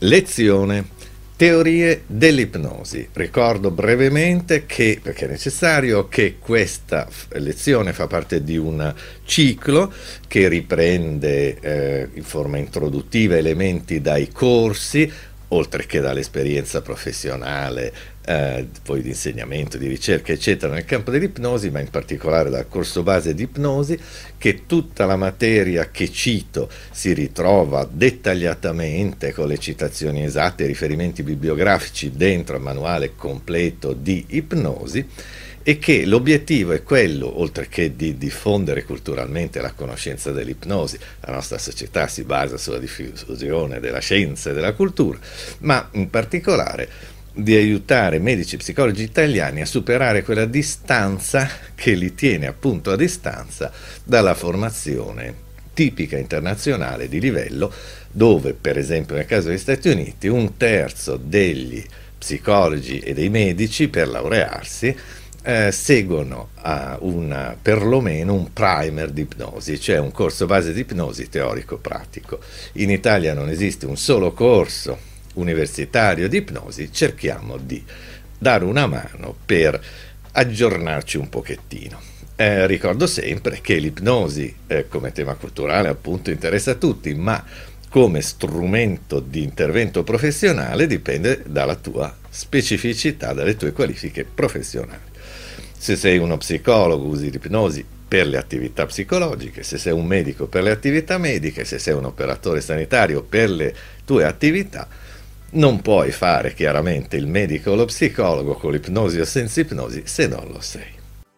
Lezione: teorie dell'ipnosi. Ricordo brevemente che, perché è necessario, che questa lezione fa parte di un ciclo che riprende in forma introduttiva elementi dai corsi, oltre che dall'esperienza professionale, poi di insegnamento, di ricerca, eccetera, nel campo dell'ipnosi, ma in particolare dal corso base di ipnosi, che tutta la materia che cito si ritrova dettagliatamente con le citazioni esatte e riferimenti bibliografici dentro il manuale completo di ipnosi, e che l'obiettivo è quello, oltre che di diffondere culturalmente la conoscenza dell'ipnosi. La nostra società si basa sulla diffusione della scienza e della cultura, ma in particolare di aiutare medici e psicologi italiani a superare quella distanza che li tiene appunto a distanza dalla formazione tipica internazionale di livello, dove per esempio nel caso degli Stati Uniti 1/3 degli psicologi e dei medici per laurearsi seguono perlomeno un primer di ipnosi, cioè un corso base di ipnosi teorico-pratico. In Italia non esiste un solo corso universitario di ipnosi, cerchiamo di dare una mano per aggiornarci un pochettino. Ricordo sempre che l'ipnosi come tema culturale appunto interessa a tutti, ma come strumento di intervento professionale dipende dalla tua specificità, dalle tue qualifiche professionali. Se sei uno psicologo usi l'ipnosi per le attività psicologiche, se sei un medico per le attività mediche, se sei un operatore sanitario per le tue attività. Non puoi fare chiaramente il medico o lo psicologo con l'ipnosi o senza ipnosi se non lo sei.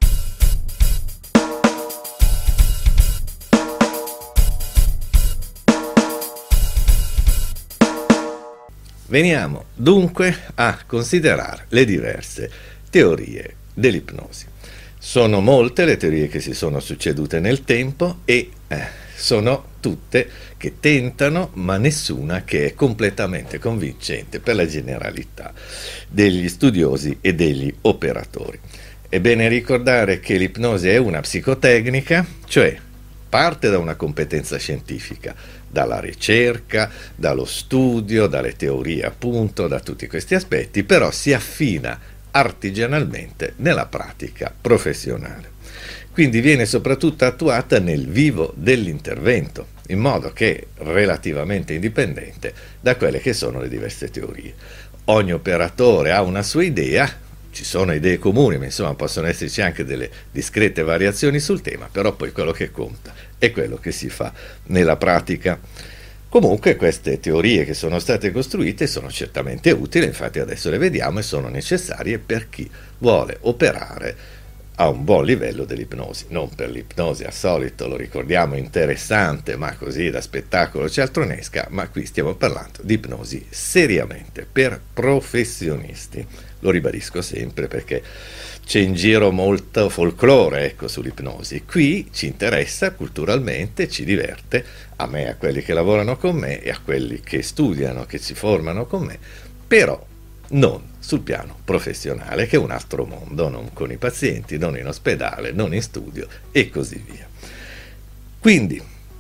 Veniamo dunque a considerare le diverse teorie dell'ipnosi. Sono molte le teorie che si sono succedute nel tempo e sono tutte che tentano, ma nessuna che è completamente convincente per la generalità degli studiosi e degli operatori. È bene ricordare che l'ipnosi è una psicotecnica, cioè parte da una competenza scientifica, dalla ricerca, dallo studio, dalle teorie appunto, da tutti questi aspetti, però si affina artigianalmente nella pratica professionale. Quindi viene soprattutto attuata nel vivo dell'intervento, in modo che è relativamente indipendente da quelle che sono le diverse teorie. Ogni operatore ha una sua idea, ci sono idee comuni, ma insomma possono esserci anche delle discrete variazioni sul tema, però poi quello che conta è quello che si fa nella pratica. Comunque queste teorie che sono state costruite sono certamente utili, infatti adesso le vediamo, e sono necessarie per chi vuole operare a un buon livello dell'ipnosi, non per l'ipnosi al solito, lo ricordiamo, interessante, ma così da spettacolo cialtronesca, ma qui stiamo parlando di ipnosi seriamente, per professionisti. Lo ribadisco sempre perché c'è in giro molto folklore, ecco, sull'ipnosi. Qui ci interessa culturalmente, ci diverte, a me, a quelli che lavorano con me e a quelli che studiano, che si formano con me, però non sul piano professionale, che è un altro mondo, non con i pazienti, non in ospedale, non in studio e così via. Quindi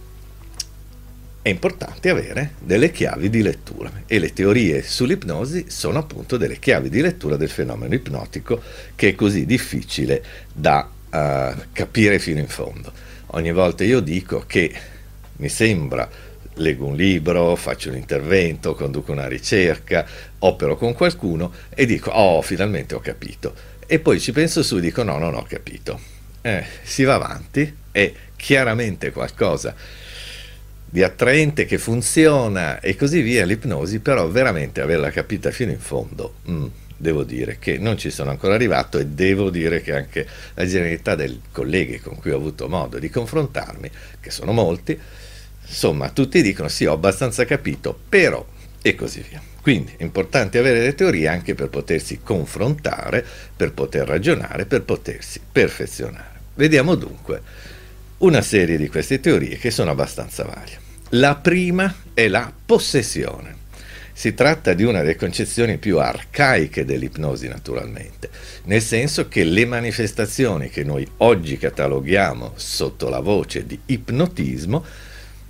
è importante avere delle chiavi di lettura e le teorie sull'ipnosi sono appunto delle chiavi di lettura del fenomeno ipnotico, che è così difficile da capire fino in fondo. Ogni volta io dico che mi sembra, leggo un libro, faccio un intervento, conduco una ricerca, opero con qualcuno e dico oh, finalmente ho capito, e poi ci penso su e dico no, non ho capito. Si va avanti, è chiaramente qualcosa di attraente che funziona e così via l'ipnosi, però veramente averla capita fino in fondo, devo dire che non ci sono ancora arrivato, e devo dire che anche la generalità dei colleghi con cui ho avuto modo di confrontarmi, che sono molti, insomma tutti dicono sì, ho abbastanza capito, però, e così via. Quindi è importante avere le teorie anche per potersi confrontare, per poter ragionare, per potersi perfezionare. Vediamo dunque una serie di queste teorie che sono abbastanza varie. La prima è la possessione. Si tratta di una delle concezioni più arcaiche dell'ipnosi, naturalmente, nel senso che le manifestazioni che noi oggi cataloghiamo sotto la voce di ipnotismo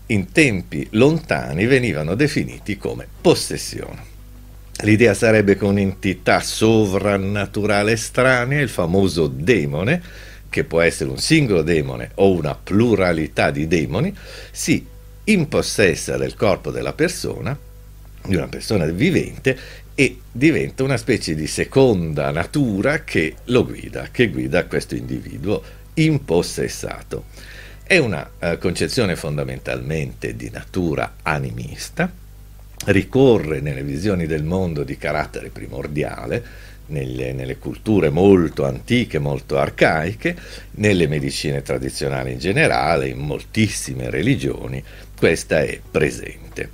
in tempi lontani venivano definiti come possessione. L'idea sarebbe che un'entità sovrannaturale estranea, il famoso demone, che può essere un singolo demone o una pluralità di demoni, si impossessa del corpo della persona, di una persona vivente, e diventa una specie di seconda natura che lo guida, che guida questo individuo impossessato. È una concezione fondamentalmente di natura animista, ricorre nelle visioni del mondo di carattere primordiale, nelle culture molto antiche, molto arcaiche, nelle medicine tradizionali in generale, in moltissime religioni, questa è presente.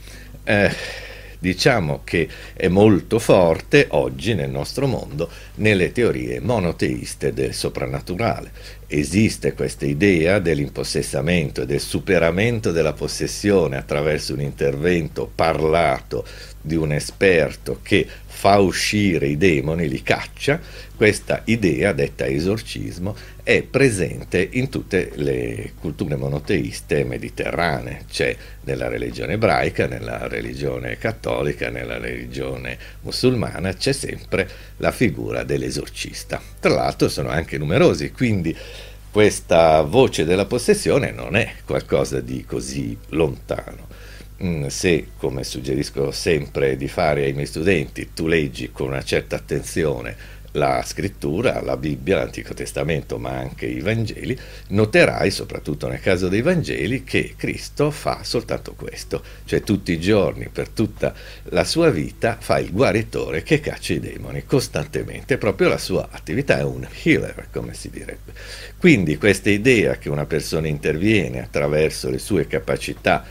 Diciamo che è molto forte oggi nel nostro mondo nelle teorie monoteiste del soprannaturale. Esiste questa idea dell'impossessamento e del superamento della possessione attraverso un intervento parlato di un esperto che fa uscire i demoni, li caccia. Questa idea, detta esorcismo, è presente in tutte le culture monoteiste mediterranee. C'è nella religione ebraica, nella religione cattolica, nella religione musulmana, c'è sempre la figura dell'esorcista. Tra l'altro sono anche numerosi, quindi questa voce della possessione non è qualcosa di così lontano. Se, come suggerisco sempre di fare ai miei studenti, tu leggi con una certa attenzione la scrittura, la Bibbia, l'Antico Testamento, ma anche i Vangeli, noterai, soprattutto nel caso dei Vangeli, che Cristo fa soltanto questo, cioè tutti i giorni, per tutta la sua vita, fa il guaritore che caccia i demoni costantemente. Proprio la sua attività è un healer, come si direbbe. Quindi questa idea che una persona interviene attraverso le sue capacità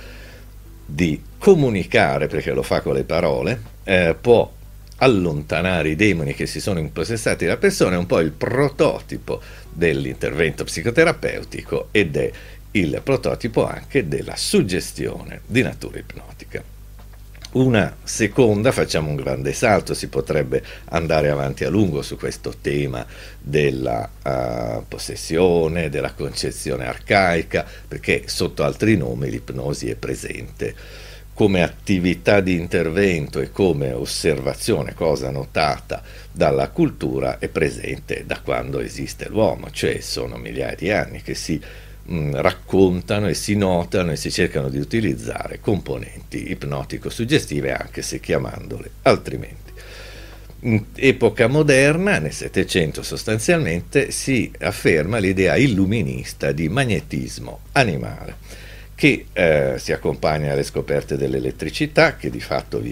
di comunicare, perché lo fa con le parole, può allontanare i demoni che si sono impossessati della persona, è un po' il prototipo dell'intervento psicoterapeutico ed è il prototipo anche della suggestione di natura ipnotica. Una seconda, facciamo un grande salto, si potrebbe andare avanti a lungo su questo tema della possessione, della concezione arcaica, perché sotto altri nomi l'ipnosi è presente come attività di intervento e come osservazione, cosa notata dalla cultura, è presente da quando esiste l'uomo, cioè sono migliaia di anni che si raccontano e si notano e si cercano di utilizzare componenti ipnotico-suggestive, anche se chiamandole altrimenti. In epoca moderna, nel Settecento sostanzialmente, si afferma l'idea illuminista di magnetismo animale, che si accompagna alle scoperte dell'elettricità, che di fatto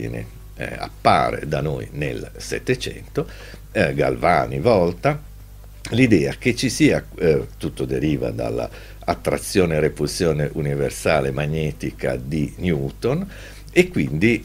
appare da noi nel Settecento, Galvani, Volta, l'idea che ci sia, tutto deriva dalla attrazione e repulsione universale magnetica di Newton, e quindi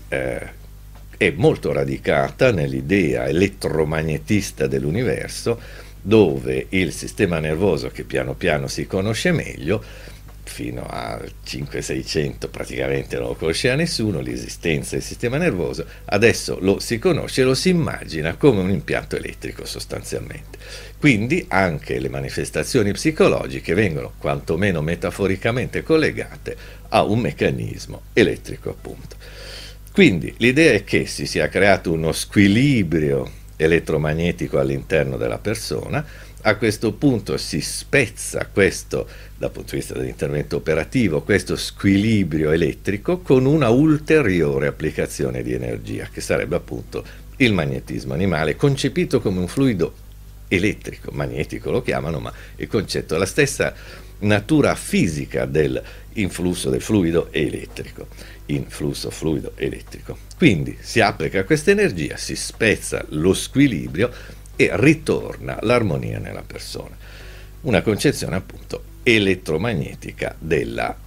è molto radicata nell'idea elettromagnetista dell'universo, dove il sistema nervoso, che piano piano si conosce meglio, fino al 500-600 praticamente non lo conosceva nessuno, l'esistenza del sistema nervoso, adesso lo si conosce e lo si immagina come un impianto elettrico sostanzialmente. Quindi anche le manifestazioni psicologiche vengono quantomeno metaforicamente collegate a un meccanismo elettrico, appunto. Quindi l'idea è che si sia creato uno squilibrio elettromagnetico all'interno della persona. A questo punto si spezza questo, dal punto di vista dell'intervento operativo, questo squilibrio elettrico con una ulteriore applicazione di energia, che sarebbe appunto il magnetismo animale, concepito come un fluido elettrico, magnetico lo chiamano, ma il concetto è la stessa natura fisica dell'influsso del fluido elettrico, influsso fluido elettrico. Quindi si applica questa energia, si spezza lo squilibrio e ritorna l'armonia nella persona. Una concezione appunto elettromagnetica della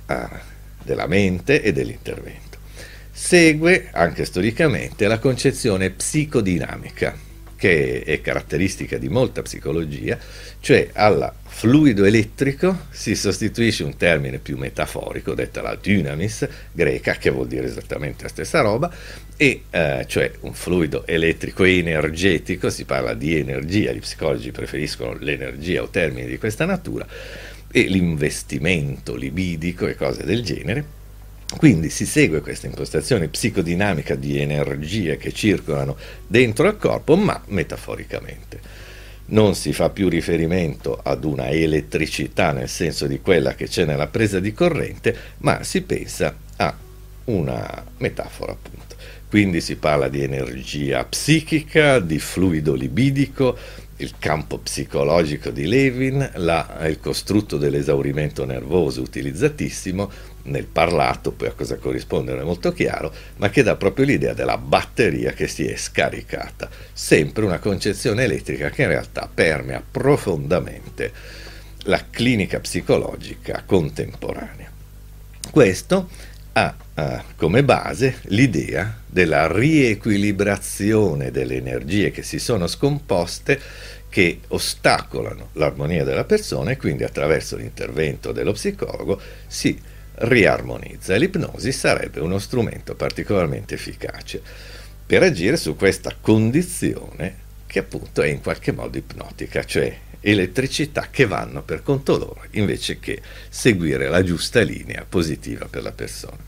mente e dell'intervento. Segue anche storicamente la concezione psicodinamica, che è caratteristica di molta psicologia, cioè al fluido elettrico si sostituisce un termine più metaforico, detta la dynamis greca, che vuol dire esattamente la stessa roba, e cioè un fluido elettrico energetico, si parla di energia, gli psicologi preferiscono l'energia o termini di questa natura, e l'investimento libidico e cose del genere, Quindi si segue questa impostazione psicodinamica di energie che circolano dentro al corpo, ma metaforicamente. Non si fa più riferimento ad una elettricità nel senso di quella che c'è nella presa di corrente, ma si pensa a una metafora, appunto. Quindi si parla di energia psichica, di fluido libidico, il campo psicologico di Levin, il costrutto dell'esaurimento nervoso utilizzatissimo nel parlato, poi a cosa corrisponde non è molto chiaro, ma che dà proprio l'idea della batteria che si è scaricata. Sempre una concezione elettrica che in realtà permea profondamente la clinica psicologica contemporanea. Questo ha come base l'idea della riequilibrazione delle energie che si sono scomposte, che ostacolano l'armonia della persona, e quindi attraverso l'intervento dello psicologo si riarmonizza, e l'ipnosi sarebbe uno strumento particolarmente efficace per agire su questa condizione che appunto è in qualche modo ipnotica, cioè elettricità che vanno per conto loro invece che seguire la giusta linea positiva per la persona.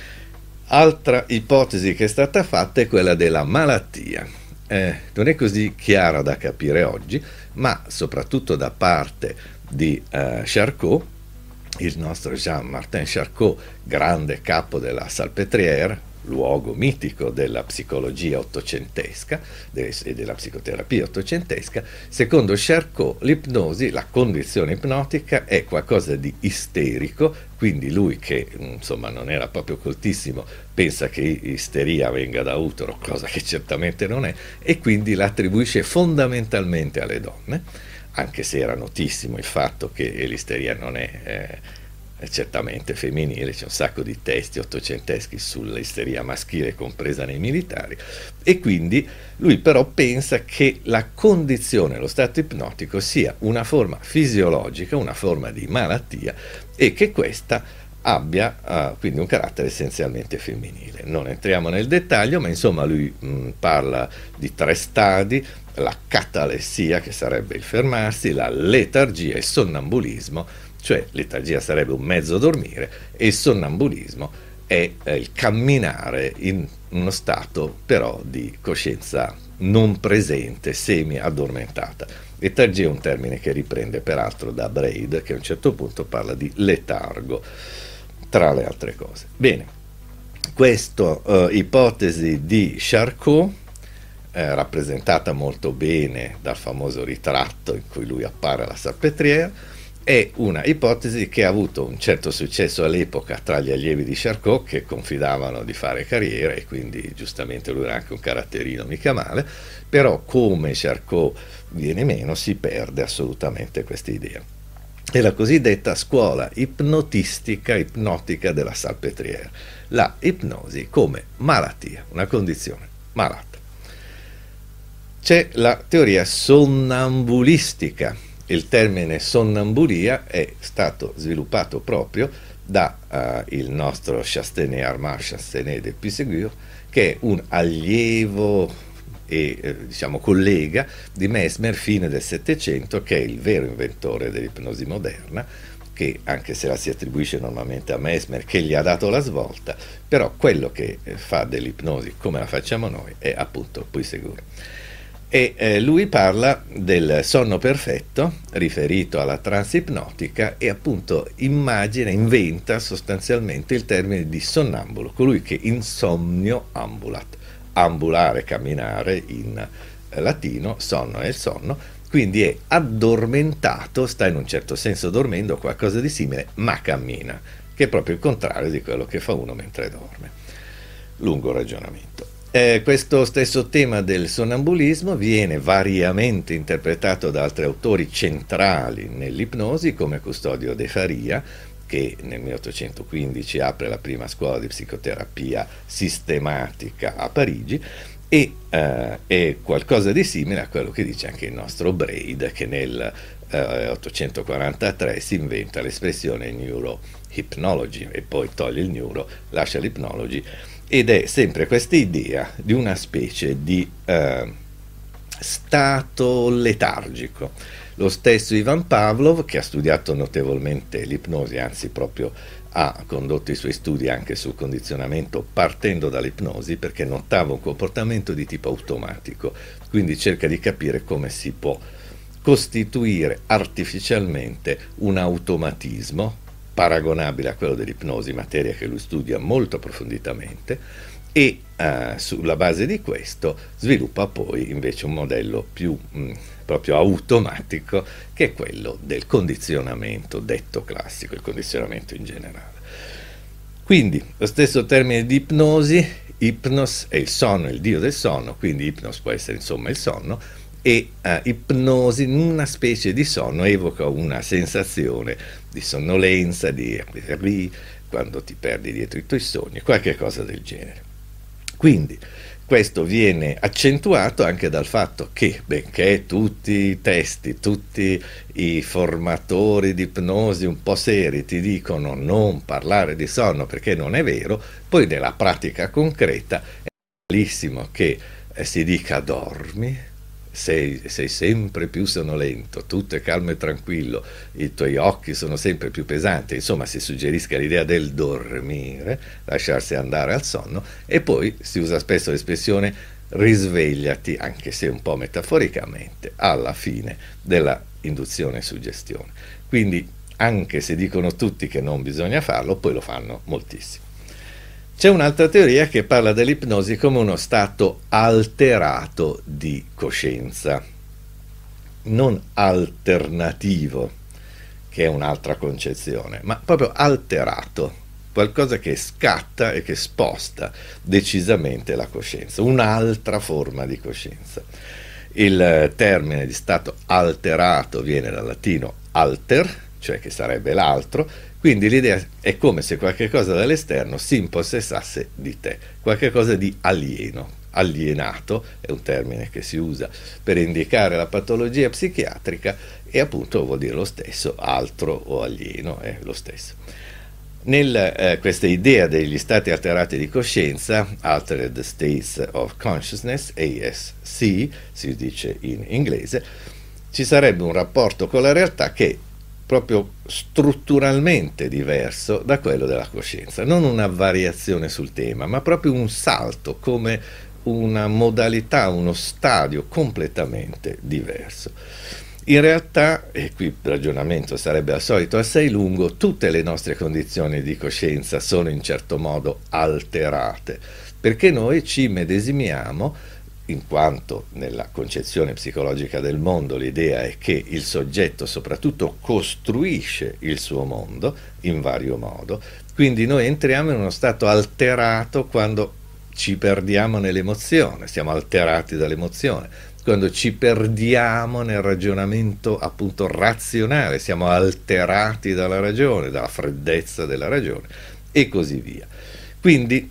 Altra ipotesi che è stata fatta è quella della malattia. Non è così chiara da capire oggi, ma soprattutto da parte di Charcot, il nostro Jean-Martin Charcot, grande capo della Salpêtrière, luogo mitico della psicologia ottocentesca e della psicoterapia ottocentesca. Secondo Charcot l'ipnosi, la condizione ipnotica, è qualcosa di isterico, quindi lui, che insomma non era proprio coltissimo, pensa che isteria venga da utero, cosa che certamente non è, e quindi la attribuisce fondamentalmente alle donne, anche se era notissimo il fatto che l'isteria non è certamente femminile. C'è un sacco di testi ottocenteschi sull'isteria maschile compresa nei militari, e quindi lui però pensa che la condizione, lo stato ipnotico, sia una forma fisiologica, una forma di malattia, e che questa abbia quindi un carattere essenzialmente femminile. Non entriamo nel dettaglio, ma insomma lui parla di 3 stadi: la catalessia, che sarebbe il fermarsi, la letargia e il sonnambulismo, cioè letargia sarebbe un mezzo dormire e il sonnambulismo è il camminare in uno stato però di coscienza non presente, semi-addormentata. Letargia è un termine che riprende peraltro da Braid, che a un certo punto parla di letargo, tra le altre cose. Bene, questa ipotesi di Charcot, rappresentata molto bene dal famoso ritratto in cui lui appare alla Salpêtrière, è una ipotesi che ha avuto un certo successo all'epoca tra gli allievi di Charcot, che confidavano di fare carriera, e quindi giustamente lui era anche un caratterino mica male, però come Charcot viene meno si perde assolutamente questa idea. È la cosiddetta scuola ipnotica della Salpêtrière, la ipnosi come malattia, una condizione malata. C'è la teoria sonnambulistica. Il termine sonnambulia è stato sviluppato proprio da il nostro Chastenet, Armand Chastenet de Puységur, che è un allievo e diciamo collega di Mesmer, fine del Settecento, che è il vero inventore dell'ipnosi moderna, che anche se la si attribuisce normalmente a Mesmer, che gli ha dato la svolta, però quello che fa dell'ipnosi come la facciamo noi è appunto Puységur. E lui parla del sonno perfetto, riferito alla trance ipnotica, e appunto inventa sostanzialmente il termine di sonnambulo, colui che insomnio ambulat, ambulare, camminare in latino, sonno è il sonno, quindi è addormentato, sta in un certo senso dormendo, qualcosa di simile, ma cammina, che è proprio il contrario di quello che fa uno mentre dorme. Lungo ragionamento. Questo stesso tema del sonnambulismo viene variamente interpretato da altri autori centrali nell'ipnosi, come Custodio de Faria, che nel 1815 apre la prima scuola di psicoterapia sistematica a Parigi, e è qualcosa di simile a quello che dice anche il nostro Braid, che nel 843 si inventa l'espressione neurohypnology, e poi toglie il neuro, lascia l'hypnology, ed è sempre questa idea di una specie di stato letargico, Lo stesso Ivan Pavlov, che ha studiato notevolmente l'ipnosi, anzi proprio ha condotto i suoi studi anche sul condizionamento partendo dall'ipnosi, perché notava un comportamento di tipo automatico, quindi cerca di capire come si può costituire artificialmente un automatismo paragonabile a quello dell'ipnosi, materia che lui studia molto approfonditamente, e sulla base di questo sviluppa poi invece un modello più proprio automatico, che è quello del condizionamento detto classico, il condizionamento in generale. Quindi lo stesso termine di ipnosi, ipnos è il sonno, il dio del sonno, quindi ipnos può essere insomma il sonno, e ipnosi, in una specie di sonno, evoca una sensazione di sonnolenza, di quando ti perdi dietro i tuoi sogni, qualche cosa del genere. Quindi questo viene accentuato anche dal fatto che, benché tutti i testi, tutti i formatori di ipnosi un po' seri ti dicono non parlare di sonno perché non è vero, poi nella pratica concreta è bellissimo che si dica dormi, sei sempre più sonnolento, tutto è calmo e tranquillo, i tuoi occhi sono sempre più pesanti, insomma si suggerisca l'idea del dormire, lasciarsi andare al sonno, e poi si usa spesso l'espressione risvegliati, anche se un po' metaforicamente, alla fine della induzione e suggestione. Quindi anche se dicono tutti che non bisogna farlo, poi lo fanno moltissimo. C'è un'altra teoria che parla dell'ipnosi come uno stato alterato di coscienza, non alternativo, che è un'altra concezione, ma proprio alterato, qualcosa che scatta e che sposta decisamente la coscienza, un'altra forma di coscienza. Il termine di stato alterato viene dal latino alter, cioè che sarebbe l'altro, quindi l'idea è come se qualche cosa dall'esterno si impossessasse di te, qualche cosa di alieno. Alienato è un termine che si usa per indicare la patologia psichiatrica e appunto vuol dire lo stesso, altro o alieno è lo stesso. Questa idea degli stati alterati di coscienza, Altered States of Consciousness, ASC, si dice in inglese, ci sarebbe un rapporto con la realtà che è proprio strutturalmente diverso da quello della coscienza, non una variazione sul tema, ma proprio un salto, come una modalità, uno stadio completamente diverso. In realtà, e qui il ragionamento sarebbe al solito assai lungo, tutte le nostre condizioni di coscienza sono in certo modo alterate, perché noi ci medesimiamo, in quanto nella concezione psicologica del mondo l'idea è che il soggetto soprattutto costruisce il suo mondo in vario modo, quindi noi entriamo in uno stato alterato quando ci perdiamo nell'emozione, siamo alterati dall'emozione, quando ci perdiamo nel ragionamento appunto razionale, siamo alterati dalla ragione, dalla freddezza della ragione e così via. Quindi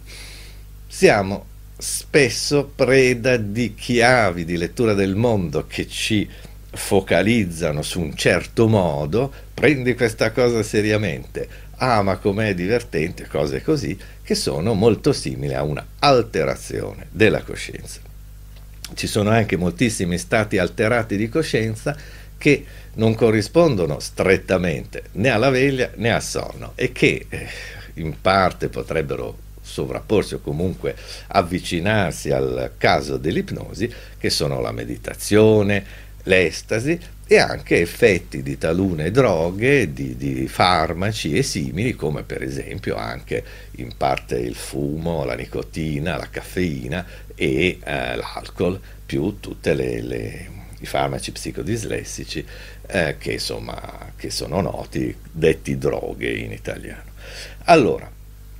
siamo spesso preda di chiavi di lettura del mondo che ci focalizzano su un certo modo, prendi questa cosa seriamente, ma com'è divertente, cose così, che sono molto simili a una alterazione della coscienza. Ci sono anche moltissimi stati alterati di coscienza che non corrispondono strettamente né alla veglia né al sonno e che in parte potrebbero sovrapporsi o comunque avvicinarsi al caso dell'ipnosi, che sono la meditazione, l'estasi e anche effetti di talune droghe, di farmaci e simili, come per esempio anche in parte il fumo, la nicotina, la caffeina e l'alcol, più tutte i farmaci psicodislessici che insomma che sono noti, detti droghe in italiano. Allora,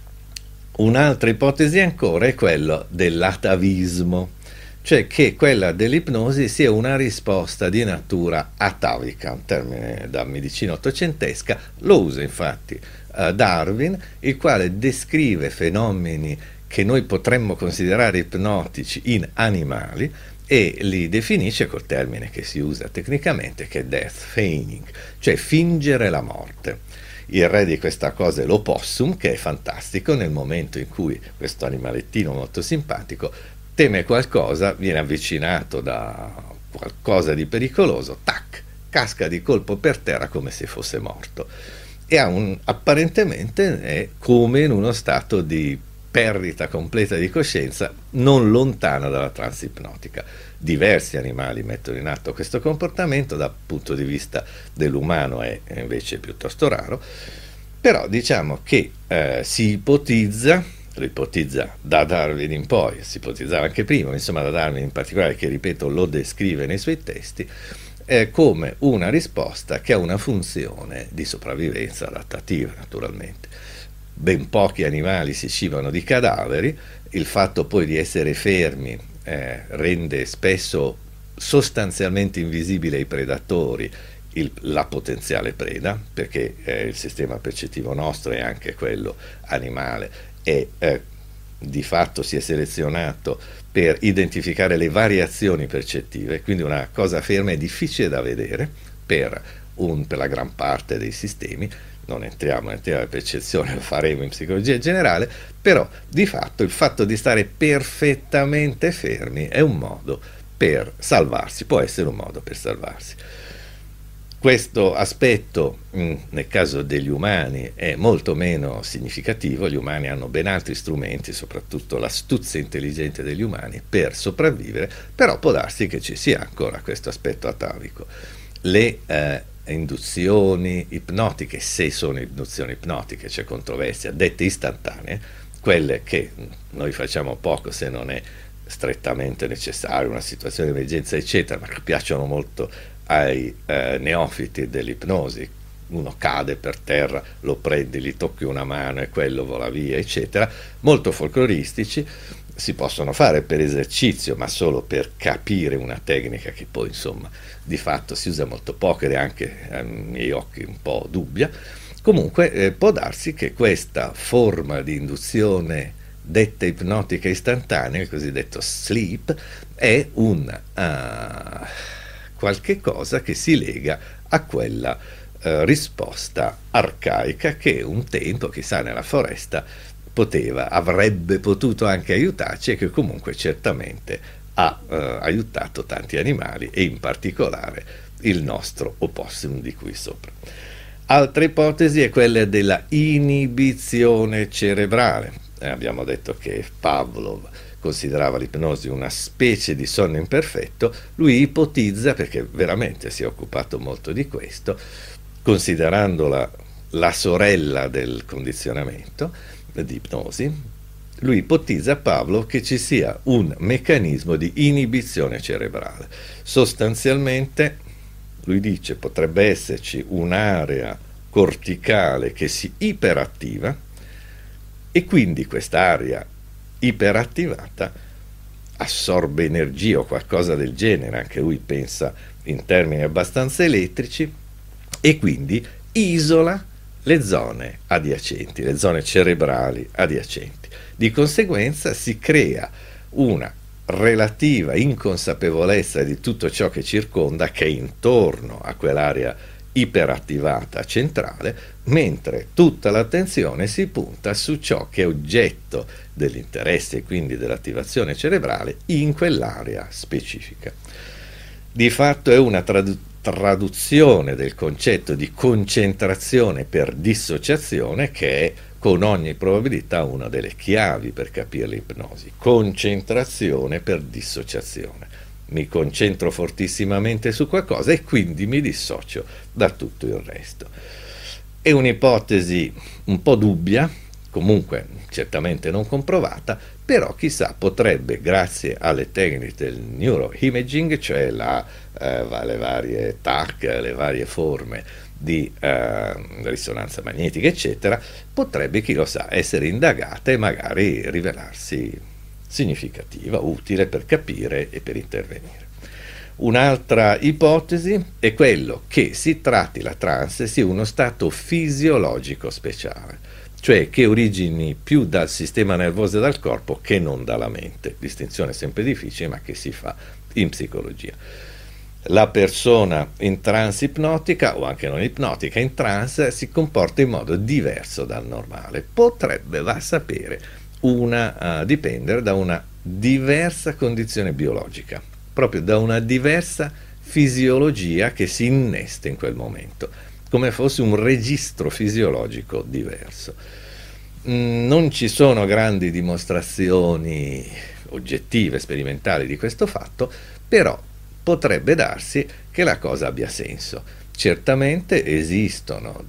un'altra ipotesi ancora è quella dell'atavismo, cioè che quella dell'ipnosi sia una risposta di natura atavica, un termine da medicina ottocentesca, lo usa infatti Darwin, il quale descrive fenomeni che noi potremmo considerare ipnotici in animali e li definisce col termine che si usa tecnicamente, che è death feigning, cioè fingere la morte. Il re di questa cosa è l'opossum, che è fantastico nel momento in cui questo animalettino molto simpatico teme qualcosa, viene avvicinato da qualcosa di pericoloso, tac, casca di colpo per terra come se fosse morto e apparentemente è come in uno stato di perdita completa di coscienza non lontana dalla trance ipnotica. Diversi animali mettono in atto questo comportamento, dal punto di vista dell'umano è invece piuttosto raro, però diciamo che si ipotizza, lo ipotizza da Darwin in poi, si ipotizzava anche prima, insomma da Darwin in particolare, che ripeto lo descrive nei suoi testi, come una risposta che ha una funzione di sopravvivenza adattativa, naturalmente. Ben pochi animali si cibano di cadaveri, il fatto poi di essere fermi rende spesso sostanzialmente invisibile ai predatori la potenziale preda, perché il sistema percettivo nostro e anche quello animale e di fatto si è selezionato per identificare le variazioni percettive, quindi una cosa ferma è difficile da vedere per la gran parte dei sistemi. Non entriamo nella percezione, lo faremo in psicologia generale, però di fatto il fatto di stare perfettamente fermi è un modo per salvarsi, può essere un modo per salvarsi. Questo aspetto nel caso degli umani è molto meno significativo, gli umani hanno ben altri strumenti, soprattutto l'astuzia intelligente degli umani per sopravvivere, però può darsi che ci sia ancora questo aspetto atavico. Le induzioni ipnotiche, se sono induzioni ipnotiche, c'è controversia, dette istantanee, quelle che noi facciamo poco se non è strettamente necessario, una situazione di emergenza eccetera, ma che piacciono molto ai neofiti dell'ipnosi. Uno cade per terra, lo prendi, gli tocchi una mano e quello vola via eccetera, molto folcloristici, si possono fare per esercizio ma solo per capire una tecnica che poi insomma di fatto si usa molto poco ed è anche ai miei occhi un po' dubbia. Comunque può darsi che questa forma di induzione detta ipnotica istantanea, il cosiddetto sleep, è un qualche cosa che si lega a quella risposta arcaica che un tempo, chissà, nella foresta avrebbe potuto anche aiutarci e che comunque certamente ha aiutato tanti animali e in particolare il nostro opossum di qui sopra. Altra ipotesi è quella della inibizione cerebrale. Abbiamo detto che Pavlov considerava l'ipnosi una specie di sonno imperfetto, lui ipotizza, perché veramente si è occupato molto di questo, considerandola la sorella del condizionamento di ipnosi, lui ipotizza, Pavlov, che ci sia un meccanismo di inibizione cerebrale. Sostanzialmente, lui dice, potrebbe esserci un'area corticale che si iperattiva e quindi quest'area iperattivata assorbe energia o qualcosa del genere, anche lui pensa in termini abbastanza elettrici, e quindi isola le zone adiacenti, le zone cerebrali adiacenti. Di conseguenza si crea una relativa inconsapevolezza di tutto ciò che circonda, che è intorno a quell'area iperattivata centrale, mentre tutta l'attenzione si punta su ciò che è oggetto dell'interesse e quindi dell'attivazione cerebrale in quell'area specifica. Di fatto è una traduzione del concetto di concentrazione per dissociazione, che è con ogni probabilità una delle chiavi per capire l'ipnosi. Concentrazione per dissociazione. Mi concentro fortissimamente su qualcosa e quindi mi dissocio da tutto il resto. È un'ipotesi un po' dubbia, comunque certamente non comprovata, però chissà, potrebbe, grazie alle tecniche del neuroimaging, cioè le varie TAC, le varie forme di risonanza magnetica eccetera, potrebbe, chi lo sa, essere indagata e magari rivelarsi significativa, utile per capire e per intervenire. Un'altra ipotesi è quello che si tratti la trance sia uno stato fisiologico speciale, cioè che origini più dal sistema nervoso e dal corpo che non dalla mente, distinzione sempre difficile ma che si fa in psicologia. La persona in trance ipnotica o anche non ipnotica in trance si comporta in modo diverso dal normale, potrebbe, va a sapere, dipendere da una diversa condizione biologica, proprio da una diversa fisiologia che si innesta in quel momento, come fosse un registro fisiologico diverso. Non ci sono grandi dimostrazioni oggettive, sperimentali di questo fatto, però potrebbe darsi che la cosa abbia senso. Certamente esistono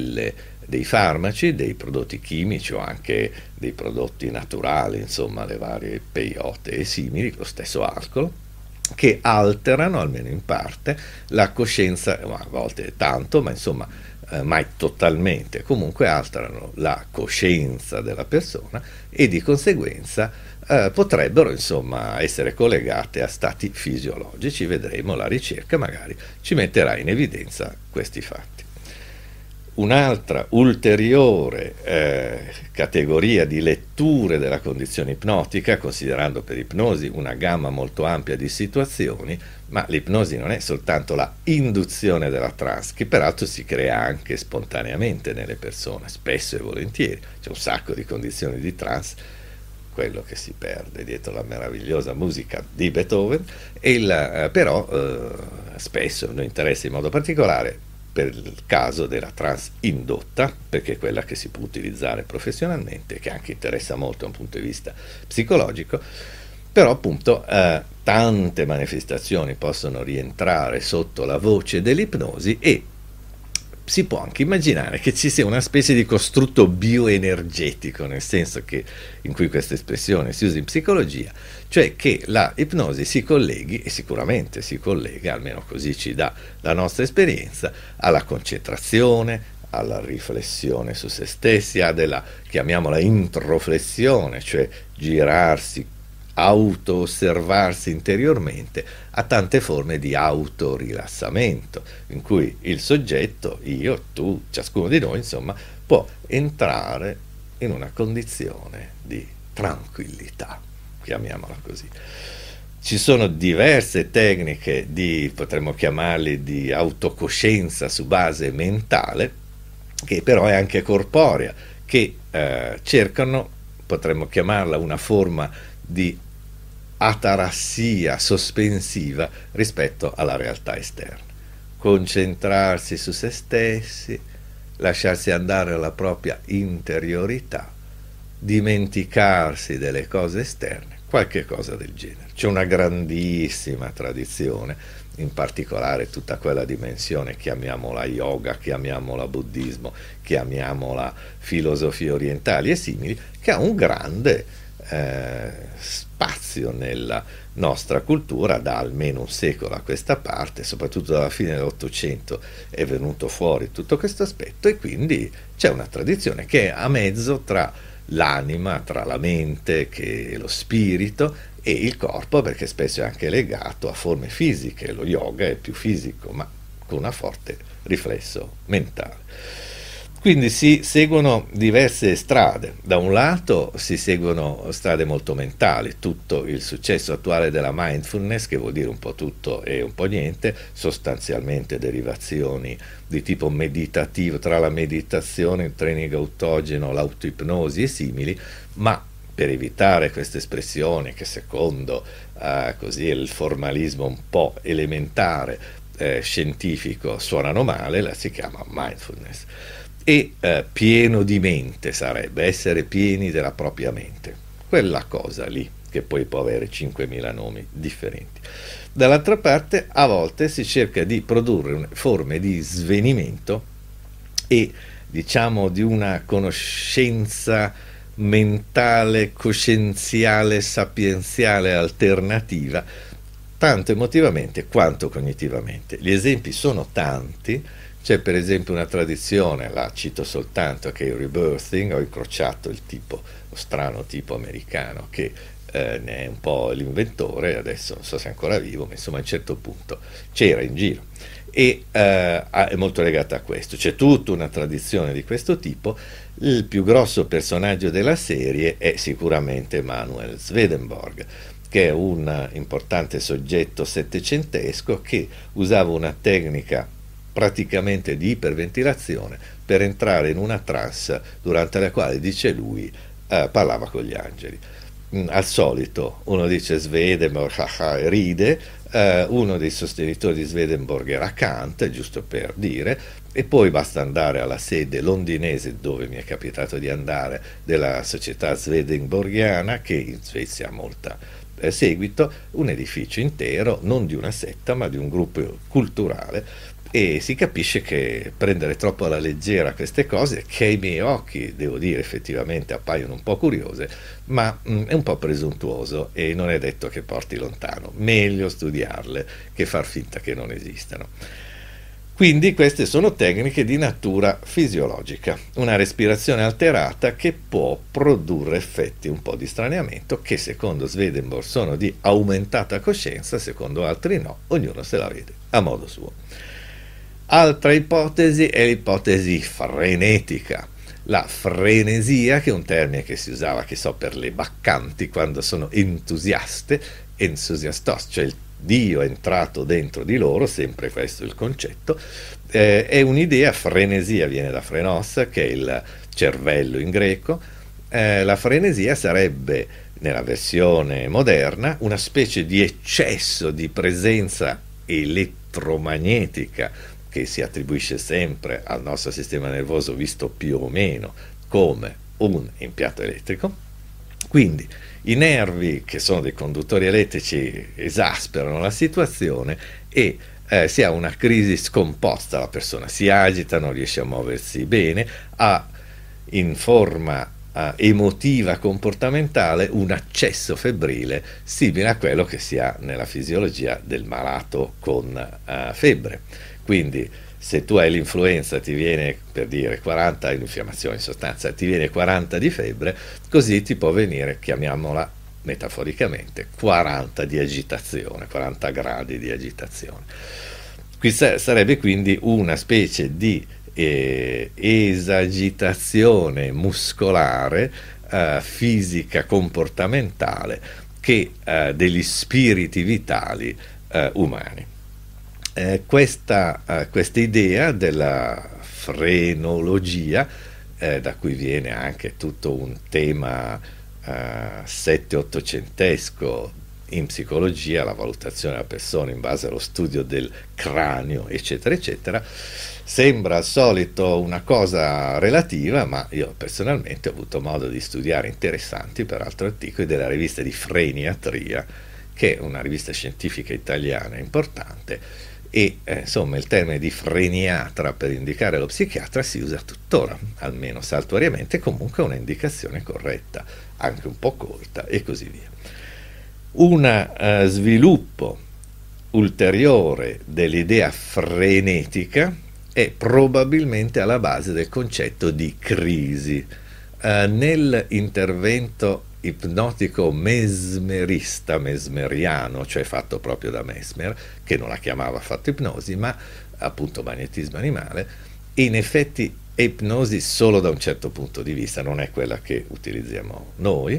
dei farmaci, dei prodotti chimici o anche dei prodotti naturali, insomma le varie peyote e simili, lo stesso alcol, che alterano, almeno in parte, la coscienza, a volte tanto, ma insomma mai totalmente, comunque alterano la coscienza della persona e di conseguenza potrebbero insomma essere collegate a stati fisiologici. Vedremo, la ricerca magari ci metterà in evidenza questi fatti. Un'altra ulteriore categoria di letture della condizione ipnotica, considerando per ipnosi una gamma molto ampia di situazioni, ma l'ipnosi non è soltanto la induzione della trance, che peraltro si crea anche spontaneamente nelle persone, spesso e volentieri. C'è un sacco di condizioni di trance, quello che si perde dietro la meravigliosa musica di Beethoven, però spesso noi interessa in modo particolare per il caso della trance indotta, perché è quella che si può utilizzare professionalmente, che anche interessa molto da un punto di vista psicologico, però appunto tante manifestazioni possono rientrare sotto la voce dell'ipnosi e si può anche immaginare che ci sia una specie di costrutto bioenergetico, nel senso che in cui questa espressione si usa in psicologia, cioè che la ipnosi si colleghi, e sicuramente si collega, almeno così ci dà la nostra esperienza, alla concentrazione, alla riflessione su se stessi, a della, chiamiamola introflessione, cioè girarsi, auto-osservarsi interiormente, a tante forme di autorilassamento, in cui il soggetto, io, tu, ciascuno di noi, insomma, può entrare in una condizione di tranquillità, chiamiamola così. Ci sono diverse tecniche potremmo chiamarli di autocoscienza su base mentale, che però è anche corporea, che cercano, potremmo chiamarla una forma di atarassia sospensiva rispetto alla realtà esterna. Concentrarsi su se stessi, lasciarsi andare alla propria interiorità, dimenticarsi delle cose esterne, qualche cosa del genere. C'è una grandissima tradizione, in particolare tutta quella dimensione, chiamiamola yoga, chiamiamola buddismo, chiamiamola filosofie orientali e simili, che ha un grande spazio nella nostra cultura da almeno un secolo a questa parte, soprattutto dalla fine dell'Ottocento è venuto fuori tutto questo aspetto, e quindi c'è una tradizione che è a mezzo tra l'anima, tra la mente, che è lo spirito, e il corpo, perché spesso è anche legato a forme fisiche. Lo yoga è più fisico, ma con una forte riflesso mentale. Quindi si seguono diverse strade. Da un lato si seguono strade molto mentali, tutto il successo attuale della mindfulness, che vuol dire un po' tutto e un po' niente, sostanzialmente derivazioni di tipo meditativo, tra la meditazione, il training autogeno, l'autoipnosi e simili, ma per evitare questa espressione che secondo così il formalismo un po' elementare scientifico suonano male, la si chiama mindfulness. E pieno di mente sarebbe essere pieni della propria mente, quella cosa lì che poi può avere 5.000 nomi differenti. Dall'altra parte a volte si cerca di produrre forme di svenimento e diciamo di una conoscenza mentale, coscienziale, sapienziale alternativa, tanto emotivamente quanto cognitivamente. Gli esempi sono tanti. C'è per esempio una tradizione, la cito soltanto, che è il rebirthing. Ho incrociato lo strano tipo americano che ne è un po' l'inventore, adesso non so se è ancora vivo, ma insomma a un certo punto c'era in giro, e è molto legata a questo. C'è tutta una tradizione di questo tipo. Il più grosso personaggio della serie è sicuramente Emanuel Swedenborg, che è un importante soggetto settecentesco che usava una tecnica praticamente di iperventilazione per entrare in una trance durante la quale, dice lui, parlava con gli angeli. al solito uno dice Swedenborg, haha, e ride, uno dei sostenitori di Swedenborg era Kant, giusto per dire, e poi basta andare alla sede londinese, dove mi è capitato di andare, della società swedenborgiana, che in Svezia ha molta seguito, un edificio intero, non di una setta, ma di un gruppo culturale, e si capisce che prendere troppo alla leggera queste cose, che ai miei occhi, devo dire, effettivamente appaiono un po' curiose, ma è un po' presuntuoso e non è detto che porti lontano. Meglio studiarle che far finta che non esistano. Quindi queste sono tecniche di natura fisiologica, una respirazione alterata che può produrre effetti un po' di straniamento che secondo Swedenborg sono di aumentata coscienza, secondo altri no, ognuno se la vede a modo suo. Altra ipotesi è l'ipotesi frenetica. La frenesia, che è un termine che si usava, che so, per le baccanti quando sono entusiaste, entusiastos, cioè il Dio è entrato dentro di loro, sempre questo è il concetto, è un'idea, frenesia viene da frenos, che è il cervello in greco, la frenesia sarebbe, nella versione moderna, una specie di eccesso di presenza elettromagnetica che si attribuisce sempre al nostro sistema nervoso, visto più o meno come un impianto elettrico. Quindi i nervi, che sono dei conduttori elettrici, esasperano la situazione e si ha una crisi scomposta, la persona si agita, non riesce a muoversi bene, ha in forma emotiva comportamentale un accesso febbrile simile a quello che si ha nella fisiologia del malato con febbre. Quindi se tu hai l'influenza, ti viene, per dire, 40, l'infiammazione in sostanza, ti viene 40 di febbre, così ti può venire, chiamiamola metaforicamente, 40 di agitazione, 40 gradi di agitazione. Qui sarebbe quindi una specie di esagitazione muscolare, fisica, comportamentale, che degli spiriti vitali umani. Questa idea della frenologia, da cui viene anche tutto un tema 7-800esco in psicologia, la valutazione della persona in base allo studio del cranio, eccetera, eccetera, sembra al solito una cosa relativa, ma io personalmente ho avuto modo di studiare interessanti, peraltro, articoli della rivista di Freniatria, che è una rivista scientifica italiana importante, e insomma il termine di freniatra per indicare lo psichiatra si usa tuttora, almeno saltuariamente, comunque è un'indicazione corretta, anche un po' corta e così via. Un sviluppo ulteriore dell'idea frenetica è probabilmente alla base del concetto di crisi. Nell'intervento ipnotico mesmeriano, cioè fatto proprio da Mesmer, che non la chiamava affatto ipnosi, ma appunto magnetismo animale, in effetti è ipnosi solo da un certo punto di vista, non è quella che utilizziamo noi.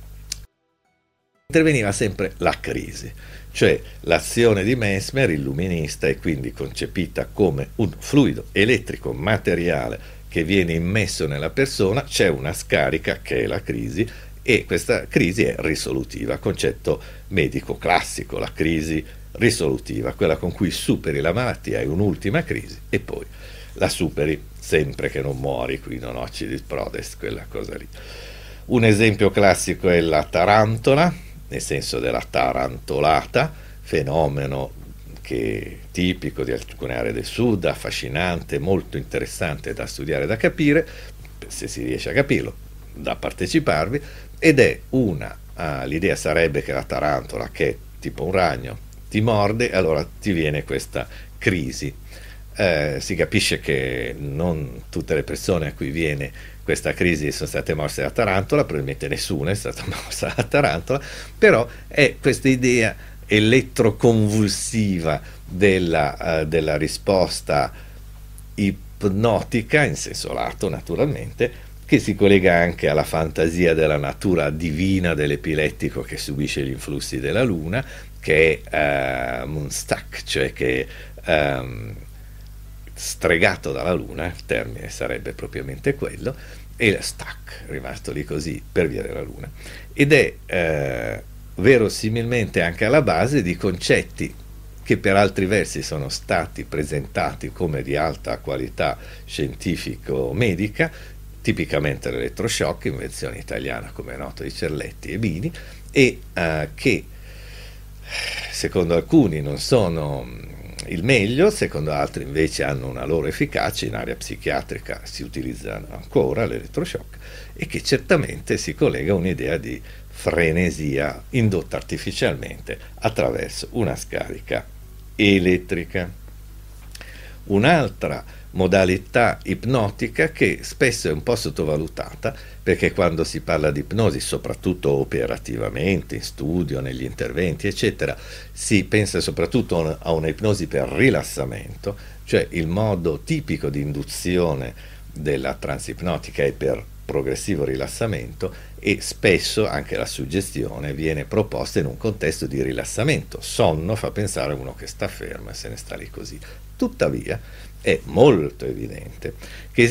Interveniva sempre la crisi, cioè l'azione di Mesmer, illuminista, è quindi concepita come un fluido elettrico materiale che viene immesso nella persona, c'è una scarica che è la crisi, e questa crisi è risolutiva, concetto medico classico, la crisi risolutiva, quella con cui superi la malattia, è un'ultima crisi e poi la superi sempre che non muori, qui non occidis prodest, quella cosa lì. Un esempio classico è la tarantola, nel senso della tarantolata, fenomeno che è tipico di alcune aree del sud, affascinante, molto interessante da studiare, da capire, se si riesce a capirlo, da parteciparvi, ed è l'idea sarebbe che la tarantola, che è tipo un ragno, ti morde, allora ti viene questa crisi. Si capisce che non tutte le persone a cui viene questa crisi sono state morse da tarantola, probabilmente nessuna è stata morsa da tarantola, però è questa idea elettroconvulsiva della risposta ipnotica, in senso lato naturalmente, che si collega anche alla fantasia della natura divina dell'epilettico che subisce gli influssi della luna, che è Moonstruck, cioè che stregato dalla luna, il termine sarebbe propriamente quello, e stack, rimasto lì così per via della luna, ed è verosimilmente anche alla base di concetti che per altri versi sono stati presentati come di alta qualità scientifico-medica, tipicamente l'elettroshock, invenzione italiana come è noto di Cerletti e Bini, e che secondo alcuni non sono il meglio, secondo altri invece hanno una loro efficacia. In area psichiatrica si utilizzano ancora l'elettroshock, e che certamente si collega a un'idea di frenesia indotta artificialmente attraverso una scarica elettrica. Un'altra modalità ipnotica che spesso è un po' sottovalutata, perché quando si parla di ipnosi, soprattutto operativamente, in studio, negli interventi, eccetera, si pensa soprattutto a una ipnosi per rilassamento, cioè il modo tipico di induzione della trance ipnotica è per progressivo rilassamento, e spesso anche la suggestione viene proposta in un contesto di rilassamento. Sonno fa pensare a uno che sta fermo e se ne sta lì così. Tuttavia è molto evidente che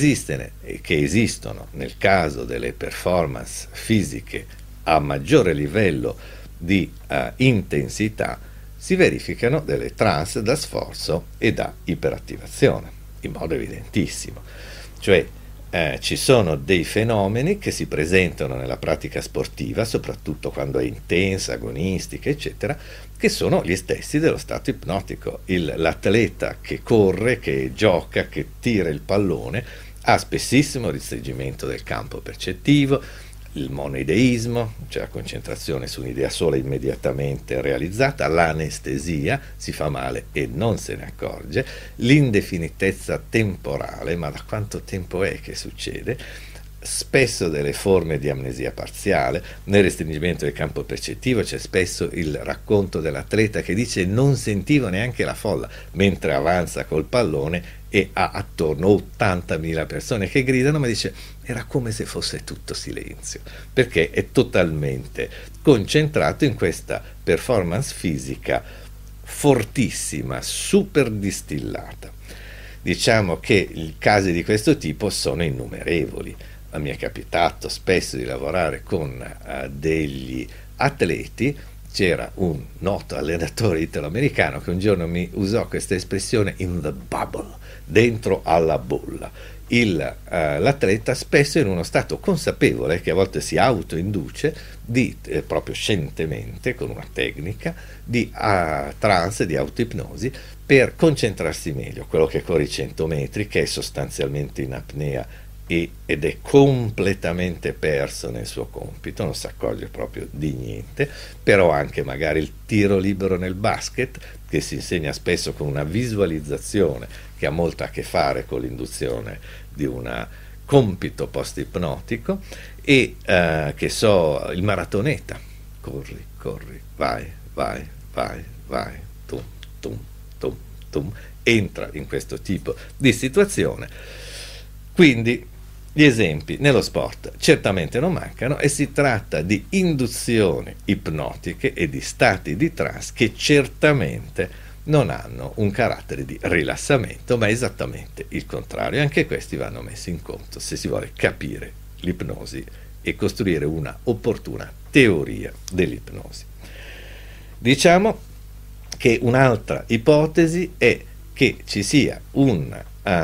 esistono nel caso delle performance fisiche a maggiore livello di intensità, si verificano delle trance da sforzo e da iperattivazione, in modo evidentissimo. Cioè ci sono dei fenomeni che si presentano nella pratica sportiva, soprattutto quando è intensa, agonistica, eccetera, che sono gli stessi dello stato ipnotico. L'atleta che corre, che gioca, che tira il pallone, ha spessissimo restringimento del campo percettivo, il monoideismo, cioè la concentrazione su un'idea sola immediatamente realizzata, l'anestesia, si fa male e non se ne accorge, l'indefinitezza temporale, ma da quanto tempo è che succede, spesso delle forme di amnesia parziale. Nel restringimento del campo percettivo c'è spesso il racconto dell'atleta che dice: non sentivo neanche la folla mentre avanza col pallone e ha attorno 80.000 persone che gridano, ma dice era come se fosse tutto silenzio, perché è totalmente concentrato in questa performance fisica fortissima, super distillata. Diciamo che i casi di questo tipo sono innumerevoli. Mi è capitato spesso di lavorare con degli atleti. C'era un noto allenatore italo-americano che un giorno mi usò questa espressione in the bubble, dentro alla bolla. L'atleta spesso in uno stato consapevole, che a volte si autoinduce, proprio scientemente, con una tecnica di trance, di autoipnosi, per concentrarsi meglio. Quello che corre i 100 metri, che è sostanzialmente in apnea ed è completamente perso nel suo compito, non si accorge proprio di niente, però anche magari il tiro libero nel basket, che si insegna spesso con una visualizzazione che ha molto a che fare con l'induzione di un compito post-ipnotico, e che so, il maratoneta, corri, vai, tum, tum, tum, tum, entra in questo tipo di situazione. Quindi gli esempi nello sport certamente non mancano, e si tratta di induzioni ipnotiche e di stati di trance che certamente non hanno un carattere di rilassamento, ma esattamente il contrario. Anche questi vanno messi in conto se si vuole capire l'ipnosi e costruire una opportuna teoria dell'ipnosi. Diciamo che un'altra ipotesi è che ci sia un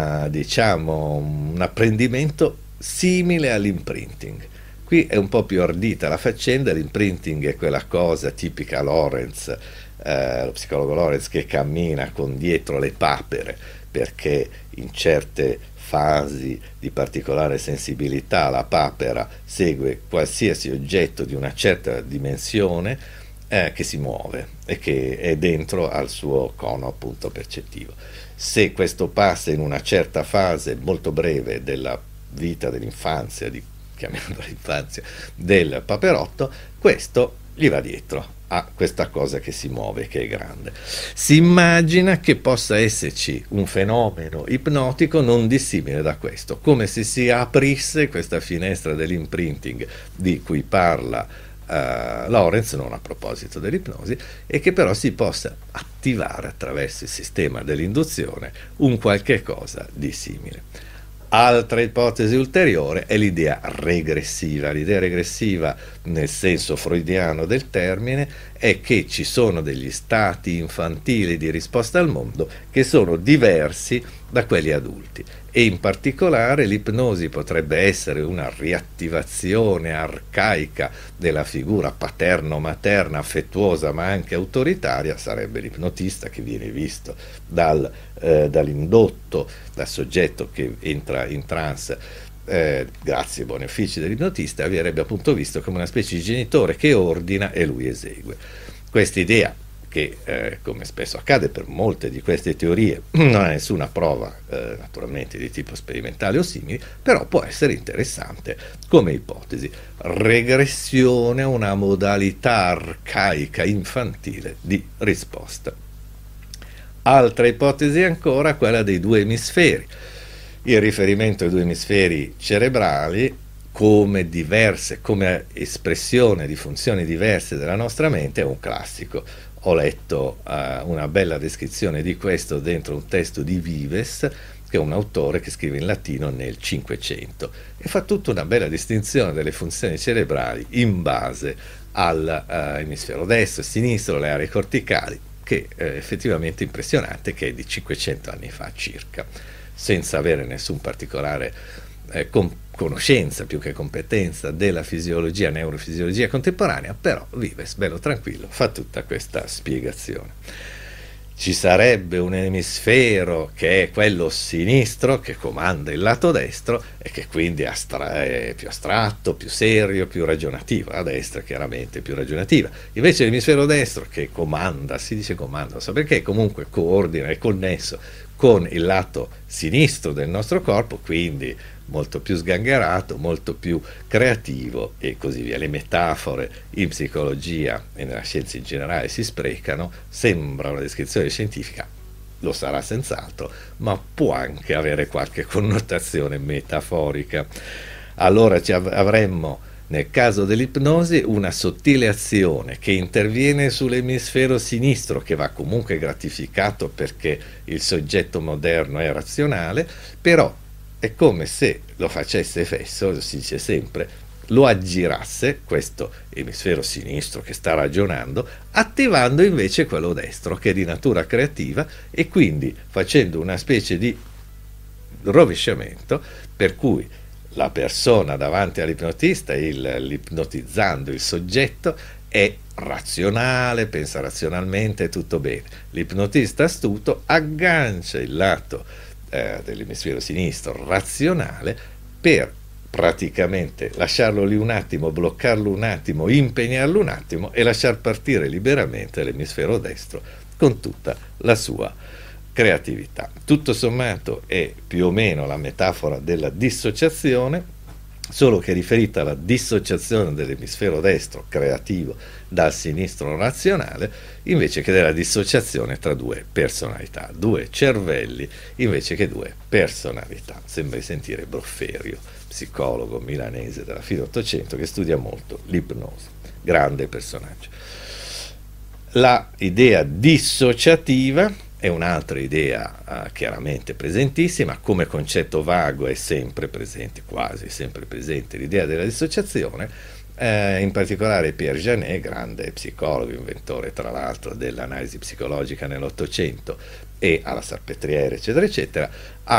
apprendimento simile all'imprinting. Qui è un po' più ardita la faccenda. L'imprinting è quella cosa tipica Lorenz, lo psicologo Lorenz, che cammina con dietro le papere perché in certe fasi di particolare sensibilità la papera segue qualsiasi oggetto di una certa dimensione che si muove e che è dentro al suo cono appunto percettivo. Se questo passa in una certa fase molto breve della vita dell'infanzia, chiamiamola l'infanzia, del paperotto, questo gli va dietro a questa cosa che si muove, che è grande. Si immagina che possa esserci un fenomeno ipnotico non dissimile da questo, come se si aprisse questa finestra dell'imprinting di cui parla Lorenz, non a proposito dell'ipnosi, e che però si possa attivare attraverso il sistema dell'induzione un qualche cosa di simile. Altra ipotesi ulteriore è l'idea regressiva. L'idea regressiva, nel senso freudiano del termine, è che ci sono degli stati infantili di risposta al mondo che sono diversi da quelli adulti, e in particolare l'ipnosi potrebbe essere una riattivazione arcaica della figura paterno-materna, affettuosa ma anche autoritaria. Sarebbe l'ipnotista che viene visto dall'indotto, dal soggetto che entra in trance, grazie ai buoni uffici dell'ipnotista, verrebbe appunto visto come una specie di genitore che ordina e lui esegue. Questa idea, che come spesso accade per molte di queste teorie, non ha nessuna prova naturalmente di tipo sperimentale o simili, però può essere interessante come ipotesi. Regressione a una modalità arcaica infantile di risposta. Altra ipotesi ancora, quella dei due emisferi. Il riferimento ai due emisferi cerebrali come diverse, come espressione di funzioni diverse della nostra mente, è un classico. Ho letto una bella descrizione di questo dentro un testo di Vives, che è un autore che scrive in latino nel Cinquecento, e fa tutta una bella distinzione delle funzioni cerebrali in base all'emisfero destro e sinistro, le aree corticali, che è effettivamente impressionante, che è di 500 anni fa circa, senza avere nessun particolare conoscenza più che competenza della fisiologia, neurofisiologia contemporanea, però Vives, bello tranquillo, fa tutta questa spiegazione. Ci sarebbe un emisfero che è quello sinistro, che comanda il lato destro e che quindi è più astratto, più serio, più ragionativo. La destra chiaramente è più ragionativa. Invece l'emisfero destro, che comanda, si dice comanda, non so perché, comunque coordina, è connesso con il lato sinistro del nostro corpo, quindi molto più sgangherato, molto più creativo e così via. Le metafore in psicologia e nella scienza in generale si sprecano, sembra una descrizione scientifica, lo sarà senz'altro, ma può anche avere qualche connotazione metaforica. Allora avremmo, nel caso dell'ipnosi, una sottile azione che interviene sull'emisfero sinistro, che va comunque gratificato perché il soggetto moderno è razionale, però è come se lo facesse fesso, lo si dice sempre, lo aggirasse, questo emisfero sinistro che sta ragionando, attivando invece quello destro che è di natura creativa, e quindi facendo una specie di rovesciamento per cui la persona davanti all'ipnotista, l'ipnotizzando il soggetto, è razionale, pensa razionalmente, tutto bene. L'ipnotista astuto aggancia il lato dell'emisfero sinistro razionale per praticamente lasciarlo lì un attimo, bloccarlo un attimo, impegnarlo un attimo e lasciar partire liberamente l'emisfero destro con tutta la sua creatività. Tutto sommato è più o meno la metafora della dissociazione, solo che riferita alla dissociazione dell'emisfero destro creativo dal sinistro razionale, invece che della dissociazione tra due personalità, due cervelli invece che due personalità. Sembra di sentire Brofferio, psicologo milanese della fine Ottocento, che studia molto l'ipnosi, grande personaggio. La idea dissociativa è un'altra idea chiaramente presentissima, come concetto vago è sempre presente, quasi sempre presente, l'idea della dissociazione, in particolare Pierre Janet, grande psicologo, inventore tra l'altro dell'analisi psicologica nell'Ottocento e alla Salpêtrière eccetera eccetera,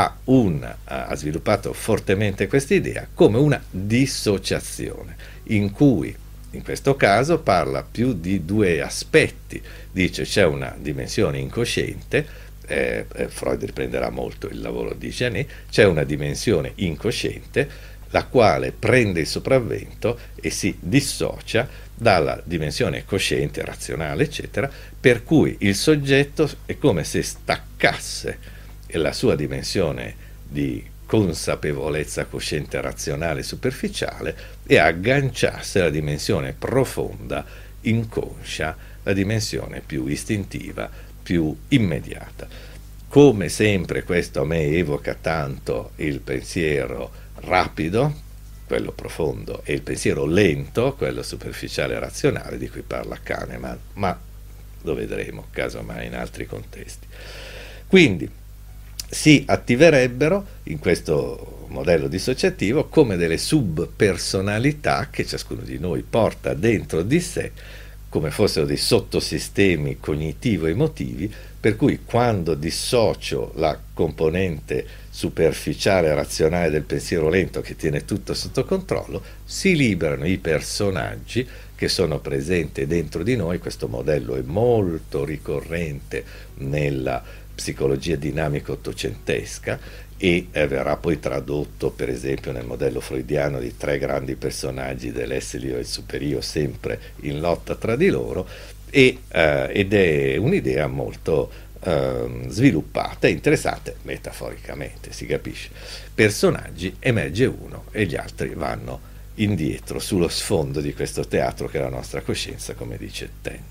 ha sviluppato fortemente questa idea come una dissociazione, in cui in questo caso parla più di due aspetti. Dice c'è una dimensione incosciente, Freud riprenderà molto il lavoro di Janet, c'è una dimensione incosciente la quale prende il sopravvento e si dissocia dalla dimensione cosciente, razionale eccetera, per cui il soggetto è come se staccasse la sua dimensione di consapevolezza cosciente razionale superficiale e agganciasse la dimensione profonda, inconscia, la dimensione più istintiva, più immediata. Come sempre questo a me evoca tanto il pensiero rapido, quello profondo, e il pensiero lento, quello superficiale e razionale, di cui parla Kahneman, ma lo vedremo casomai in altri contesti. Quindi si attiverebbero in questo modello dissociativo come delle subpersonalità che ciascuno di noi porta dentro di sé, come fossero dei sottosistemi cognitivo-emotivi, per cui quando dissocio la componente superficiale e razionale del pensiero lento, che tiene tutto sotto controllo, si liberano i personaggi che sono presenti dentro di noi. Questo modello è molto ricorrente nella psicologia dinamica ottocentesca e verrà poi tradotto per esempio nel modello freudiano di 3 grandi personaggi dell'esselio e il superio, sempre in lotta tra di loro, ed è un'idea molto sviluppata e interessante metaforicamente, si capisce. Personaggi, emerge uno e gli altri vanno indietro sullo sfondo di questo teatro che è la nostra coscienza, come dice Taine.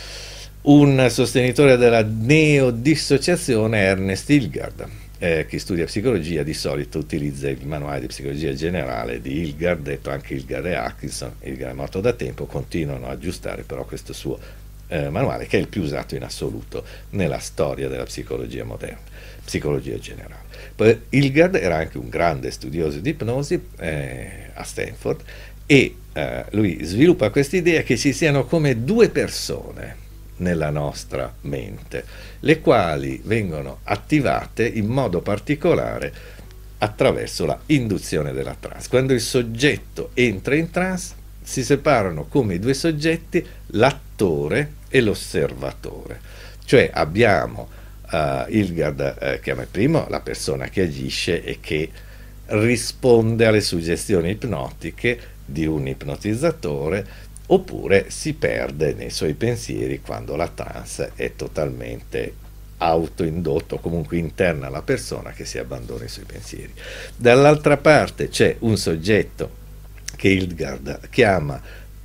Un sostenitore della neodissociazione è Ernest Hilgard. Chi studia psicologia di solito utilizza il manuale di psicologia generale di Hilgard, detto anche Hilgard e Atkinson. Hilgard è morto da tempo, continuano ad aggiustare però questo suo manuale, che è il più usato in assoluto nella storia della psicologia moderna, psicologia generale. Poi Hilgard era anche un grande studioso di ipnosi a Stanford, e lui sviluppa questa idea che ci siano come 2 persone nella nostra mente, le quali vengono attivate in modo particolare attraverso la induzione della trance. Quando il soggetto entra in trance, si separano come i 2 soggetti, l'attore e l'osservatore. Cioè abbiamo Hilgard chiama primo la persona che agisce e che risponde alle suggestioni ipnotiche di un ipnotizzatore, oppure si perde nei suoi pensieri quando la trance è totalmente autoindotto, comunque interna alla persona, che si abbandona ai suoi pensieri. Dall'altra parte c'è un soggetto che Hilgard chiama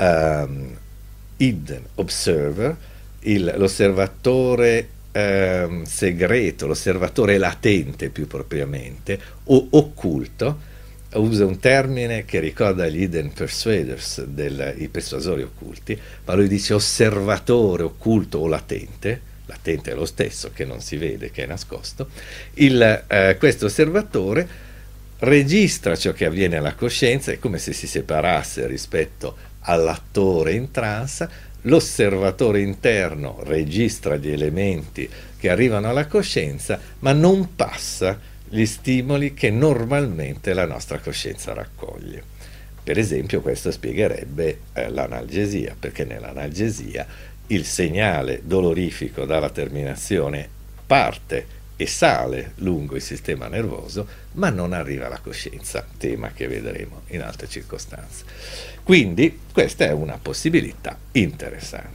hidden observer, l'osservatore segreto, l'osservatore latente più propriamente, o occulto. Usa un termine che ricorda gli hidden persuaders, i persuasori occulti, ma lui dice osservatore occulto o latente. Latente è lo stesso, che non si vede, che è nascosto. Questo osservatore registra ciò che avviene alla coscienza, è come se si separasse rispetto all'attore in trance. L'osservatore interno registra gli elementi che arrivano alla coscienza, ma non passa gli stimoli che normalmente la nostra coscienza raccoglie. Per esempio questo spiegherebbe l'analgesia, perché nell'analgesia il segnale dolorifico dalla terminazione parte e sale lungo il sistema nervoso, ma non arriva alla coscienza, tema che vedremo in altre circostanze. Quindi questa è una possibilità interessante.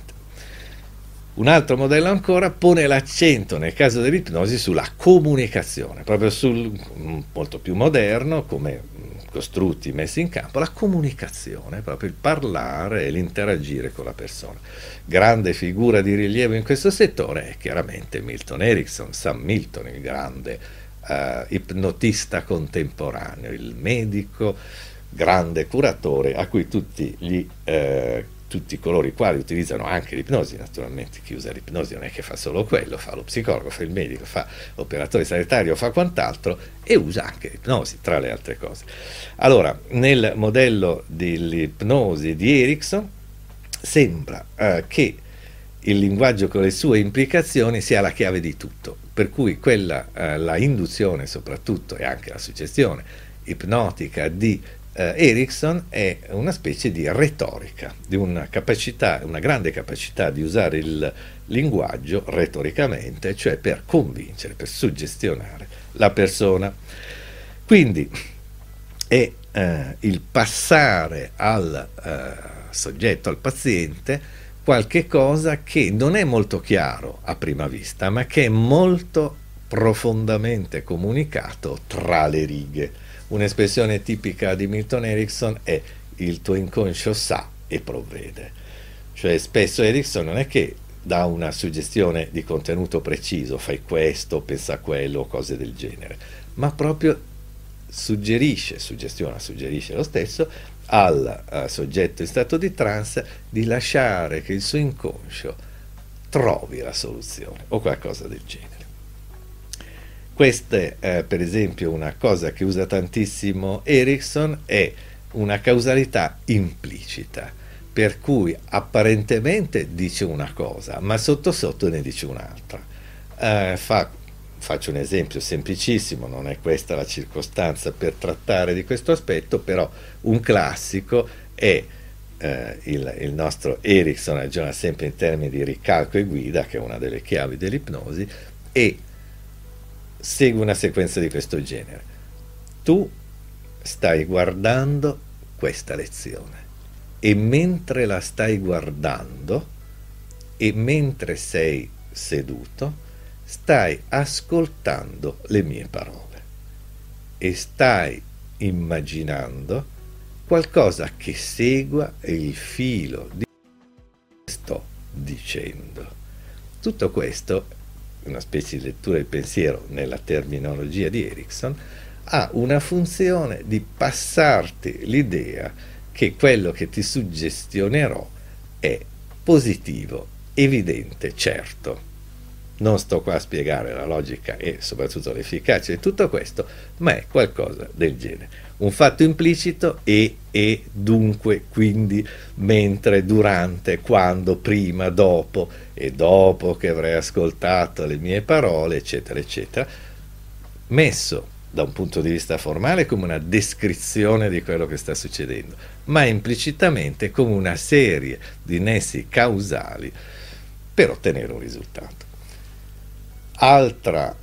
Un altro modello ancora pone l'accento, nel caso dell'ipnosi, sulla comunicazione, proprio molto più moderno, come costrutti messi in campo, la comunicazione, proprio il parlare e l'interagire con la persona. Grande figura di rilievo in questo settore è chiaramente Milton Erickson, Sam Milton, il grande ipnotista contemporaneo, il medico, grande curatore, a cui tutti coloro i quali utilizzano anche l'ipnosi, naturalmente chi usa l'ipnosi non è che fa solo quello, fa lo psicologo, fa il medico, fa l'operatore sanitario, fa quant'altro, e usa anche l'ipnosi tra le altre cose. Allora, nel modello dell'ipnosi di Erickson sembra che il linguaggio con le sue implicazioni sia la chiave di tutto, per cui la induzione soprattutto, e anche la suggestione ipnotica di Erickson è una specie di retorica, di una grande capacità di usare il linguaggio retoricamente, cioè per convincere, per suggestionare la persona. Quindi è il passare al soggetto, al paziente, qualche cosa che non è molto chiaro a prima vista, ma che è molto profondamente comunicato tra le righe. Un'espressione tipica di Milton Erickson è: il tuo inconscio sa e provvede. Cioè spesso Erickson non è che dà una suggestione di contenuto preciso, fai questo, pensa a quello, cose del genere, ma proprio suggerisce lo stesso al soggetto in stato di trance di lasciare che il suo inconscio trovi la soluzione o qualcosa del genere. Questa è per esempio una cosa che usa tantissimo Erickson, è una causalità implicita, per cui apparentemente dice una cosa, ma sotto sotto ne dice un'altra. Faccio un esempio semplicissimo, non è questa la circostanza per trattare di questo aspetto, però un classico è il nostro Erickson ragiona sempre in termini di ricalco e guida, che è una delle chiavi dell'ipnosi, e segue una sequenza di questo genere. Tu stai guardando questa lezione e mentre la stai guardando e mentre sei seduto stai ascoltando le mie parole e stai immaginando qualcosa che segua il filo di quello che sto dicendo. Tutto questo, una specie di lettura del pensiero nella terminologia di Erickson, ha una funzione di passarti l'idea che quello che ti suggestionerò è positivo, evidente, certo. Non sto qua a spiegare la logica e soprattutto l'efficacia di tutto questo, ma è qualcosa del genere. Un fatto implicito e dunque, quindi, mentre, durante, quando, prima, dopo e dopo che avrai ascoltato le mie parole, eccetera, eccetera, messo da un punto di vista formale come una descrizione di quello che sta succedendo, ma implicitamente come una serie di nessi causali per ottenere un risultato. Altra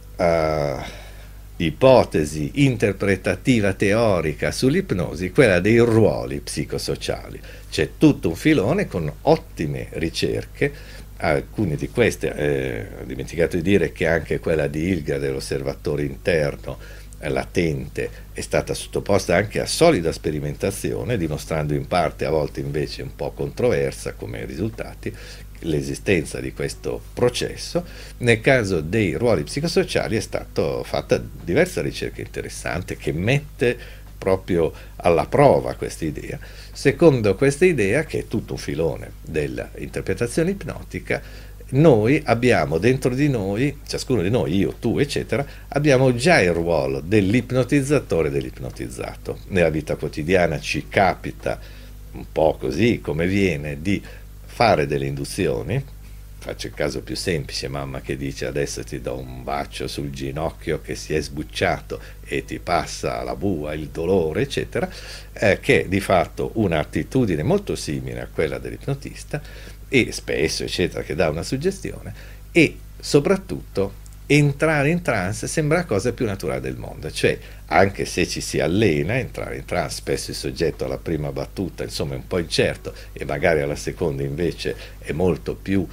ipotesi interpretativa teorica sull'ipnosi, quella dei ruoli psicosociali. C'è tutto un filone con ottime ricerche, alcune di queste, ho dimenticato di dire che anche quella di Ilga dell'osservatore interno latente è stata sottoposta anche a solida sperimentazione, dimostrando in parte, a volte invece un po' controversa come risultati, l'esistenza di questo processo. Nel caso dei ruoli psicosociali è stata fatta diversa ricerca interessante che mette proprio alla prova questa idea. Secondo questa idea, che è tutto un filone dell'interpretazione ipnotica, noi abbiamo dentro di noi, ciascuno di noi, io, tu, eccetera, abbiamo già il ruolo dell'ipnotizzatore e dell'ipnotizzato. Nella vita quotidiana ci capita, un po' così come viene, di fare delle induzioni. Faccio il caso più semplice, mamma che dice adesso ti do un bacio sul ginocchio che si è sbucciato e ti passa la bua, il dolore, eccetera, che è di fatto un'attitudine molto simile a quella dell'ipnotista, e spesso, eccetera, che dà una suggestione, e soprattutto entrare in trance sembra la cosa più naturale del mondo, cioè anche se ci si allena a entrare in trance, spesso il soggetto alla prima battuta insomma è un po' incerto e magari alla seconda invece è molto più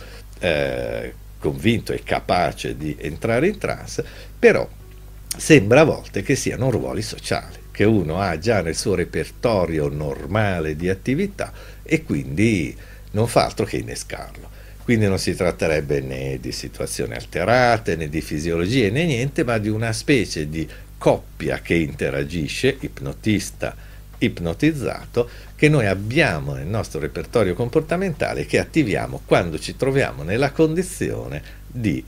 convinto e capace di entrare in trance, però sembra a volte che siano ruoli sociali che uno ha già nel suo repertorio normale di attività e quindi non fa altro che innescarlo. Quindi non si tratterebbe né di situazioni alterate, né di fisiologie, né niente, ma di una specie di coppia che interagisce, ipnotista-ipnotizzato, che noi abbiamo nel nostro repertorio comportamentale, che attiviamo quando ci troviamo nella condizione di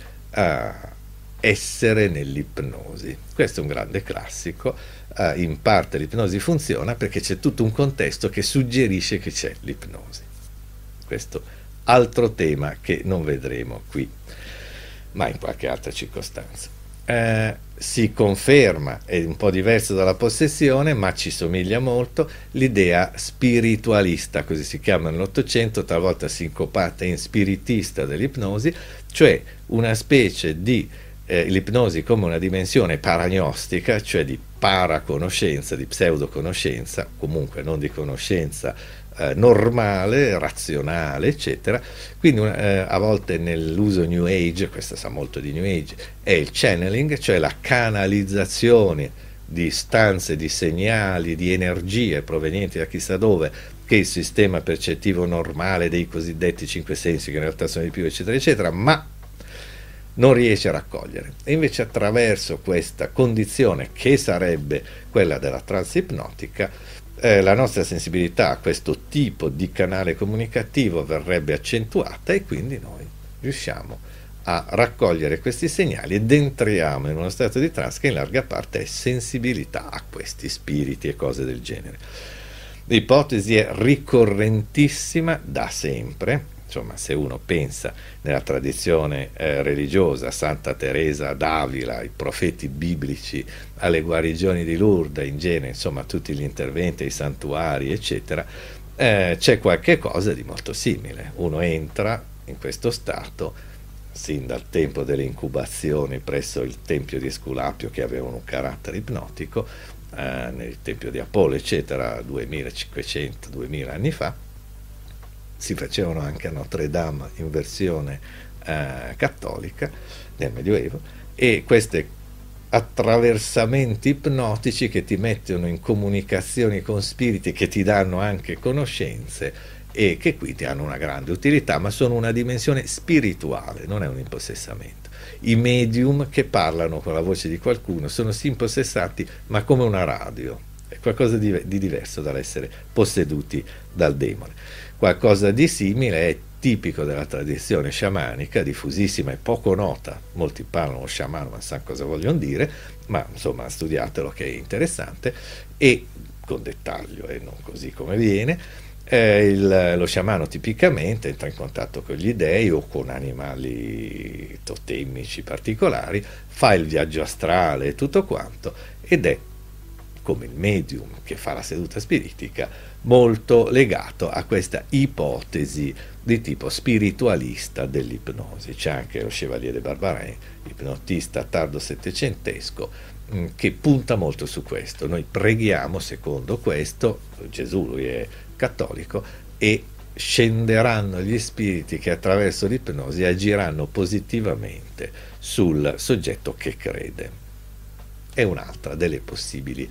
essere nell'ipnosi. Questo è un grande classico. In parte l'ipnosi funziona perché c'è tutto un contesto che suggerisce che c'è l'ipnosi. Questo altro tema che non vedremo qui, ma in qualche altra circostanza. Si conferma, è un po' diverso dalla possessione, ma ci somiglia molto, l'idea spiritualista, così si chiama nell'Ottocento, talvolta sincopata in spiritista dell'ipnosi, cioè una specie di l'ipnosi come una dimensione paragnostica, cioè di paraconoscenza, di pseudoconoscenza, comunque non di conoscenza normale, razionale, eccetera. Quindi a volte nell'uso New Age, questa sa molto di New Age, è il channeling, cioè la canalizzazione di istanze, di segnali, di energie provenienti da chissà dove, che il sistema percettivo normale dei cosiddetti cinque sensi, che in realtà sono di più, eccetera, eccetera, ma non riesce a raccogliere. E invece attraverso questa condizione, che sarebbe quella della trance ipnotica, la nostra sensibilità a questo tipo di canale comunicativo verrebbe accentuata e quindi noi riusciamo a raccogliere questi segnali ed entriamo in uno stato di trance che in larga parte è sensibilità a questi spiriti e cose del genere. L'ipotesi è ricorrentissima da sempre. Insomma, se uno pensa nella tradizione religiosa, Santa Teresa d'Avila, i profeti biblici, alle guarigioni di Lourdes, in genere, insomma, tutti gli interventi, i santuari, eccetera, c'è qualche cosa di molto simile. Uno entra in questo stato sin dal tempo delle incubazioni presso il tempio di Esculapio, che avevano un carattere ipnotico, nel tempio di Apollo, eccetera, 2500-2000 anni fa. Si facevano anche a Notre Dame in versione cattolica nel Medioevo, e questi attraversamenti ipnotici che ti mettono in comunicazioni con spiriti che ti danno anche conoscenze e che quindi hanno una grande utilità, ma sono una dimensione spirituale, non è un impossessamento. I medium che parlano con la voce di qualcuno sono sì impossessati, ma come una radio, è qualcosa di diverso dall'essere posseduti dal demone. Qualcosa di simile è tipico della tradizione sciamanica, diffusissima e poco nota. Molti parlano sciamano, ma non sanno cosa vogliono dire, ma insomma studiatelo che è interessante, e con dettaglio e non così come viene. Lo sciamano tipicamente entra in contatto con gli dei o con animali totemici particolari, fa il viaggio astrale e tutto quanto, ed è come il medium che fa la seduta spiritica, molto legato a questa ipotesi di tipo spiritualista dell'ipnosi. C'è anche lo Chevalier de Barbarin, ipnotista tardo settecentesco, che punta molto su questo. Noi preghiamo secondo questo, Gesù lui è cattolico, e scenderanno gli spiriti che attraverso l'ipnosi agiranno positivamente sul soggetto che crede. È un'altra delle possibili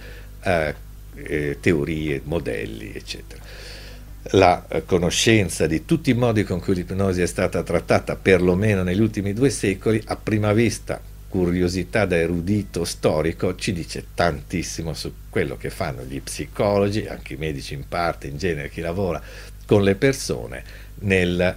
teorie, modelli, eccetera. La conoscenza di tutti i modi con cui l'ipnosi è stata trattata, perlomeno negli ultimi 2 secoli, a prima vista, curiosità da erudito storico, ci dice tantissimo su quello che fanno gli psicologi, anche i medici in parte, in genere chi lavora con le persone, nel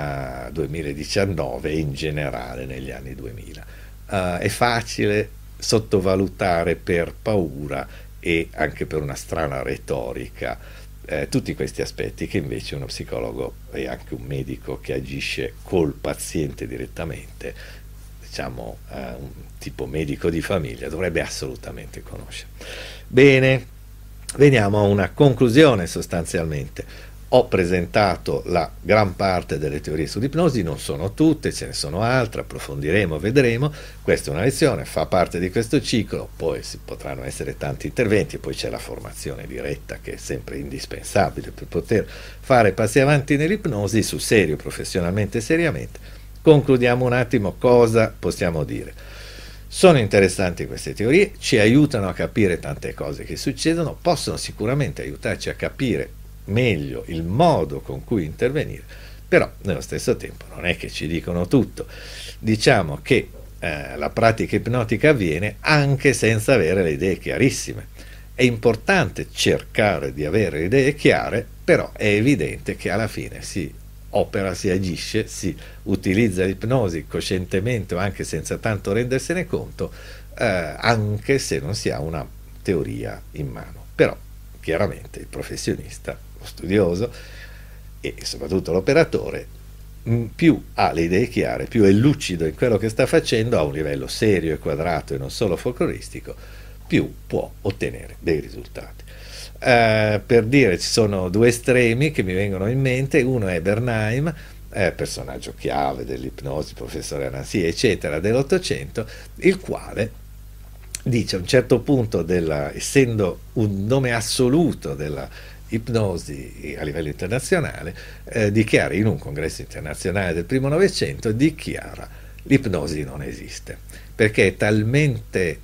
2019 e in generale negli anni 2000. È facile sottovalutare per paura e anche per una strana retorica tutti questi aspetti che invece uno psicologo e anche un medico che agisce col paziente direttamente, diciamo un tipo medico di famiglia, dovrebbe assolutamente conoscere. Bene, veniamo a una conclusione sostanzialmente. Ho presentato la gran parte delle teorie sull'ipnosi, non sono tutte, ce ne sono altre, approfondiremo, vedremo. Questa è una lezione, fa parte di questo ciclo, poi potranno essere tanti interventi, e poi c'è la formazione diretta che è sempre indispensabile per poter fare passi avanti nell'ipnosi sul serio, professionalmente e seriamente. Concludiamo un attimo cosa possiamo dire. Sono interessanti queste teorie, ci aiutano a capire tante cose che succedono, possono sicuramente aiutarci a capire meglio il modo con cui intervenire, però nello stesso tempo non è che ci dicono tutto. Diciamo che la pratica ipnotica avviene anche senza avere le idee chiarissime. È importante cercare di avere le idee chiare, però è evidente che alla fine si opera, si agisce, si utilizza l'ipnosi coscientemente o anche senza tanto rendersene conto, anche se non si ha una teoria in mano. Però chiaramente il professionista, lo studioso e soprattutto l'operatore, più ha le idee chiare, più è lucido in quello che sta facendo a un livello serio e quadrato e non solo folcloristico, più può ottenere dei risultati. Per dire, ci sono 2 estremi che mi vengono in mente. Uno è Bernheim, personaggio chiave dell'ipnosi, professore Anansi, eccetera, dell'Ottocento, il quale dice a un certo punto, essendo un nome assoluto della ipnosi a livello internazionale, dichiara in un congresso internazionale del primo Novecento, dichiara: l'ipnosi non esiste, perché è talmente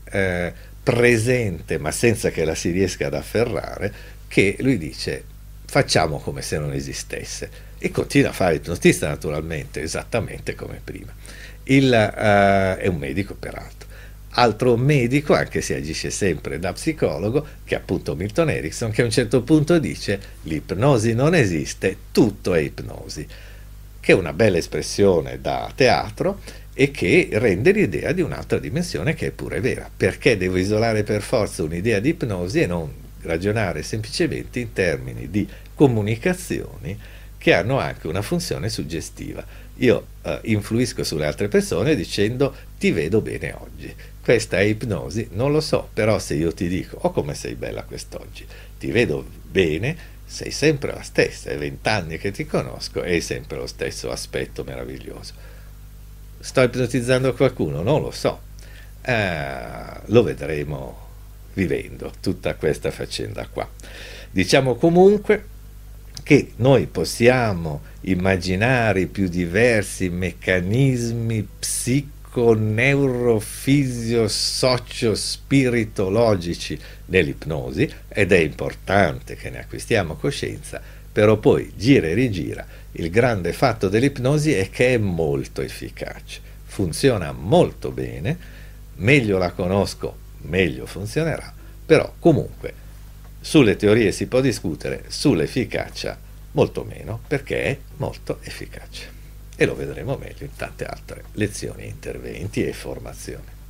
presente, ma senza che la si riesca ad afferrare, che lui dice facciamo come se non esistesse, e continua a fare l'ipnotista naturalmente esattamente come prima. È un medico peraltro. Altro medico, anche se agisce sempre da psicologo, che è appunto Milton Erickson, che a un certo punto dice: l'ipnosi non esiste, tutto è ipnosi, che è una bella espressione da teatro e che rende l'idea di un'altra dimensione che è pure vera. Perché devo isolare per forza un'idea di ipnosi e non ragionare semplicemente in termini di comunicazioni che hanno anche una funzione suggestiva? Io influisco sulle altre persone dicendo: ti vedo bene oggi. Questa è ipnosi? Non lo so, però se io ti dico: oh, come sei bella quest'oggi, ti vedo bene, sei sempre la stessa, è 20 anni che ti conosco e hai sempre lo stesso aspetto meraviglioso. Sto ipnotizzando qualcuno? Non lo so. Lo vedremo vivendo tutta questa faccenda qua. Diciamo comunque che noi possiamo immaginare i più diversi meccanismi psico-neurofisio socio-spiritologici dell'ipnosi, ed è importante che ne acquistiamo coscienza, però poi gira e rigira. Il grande fatto dell'ipnosi è che è molto efficace, funziona molto bene, meglio la conosco, meglio funzionerà, però comunque sulle teorie si può discutere, sull'efficacia molto meno, perché è molto efficace. E lo vedremo meglio in tante altre lezioni, interventi e formazioni.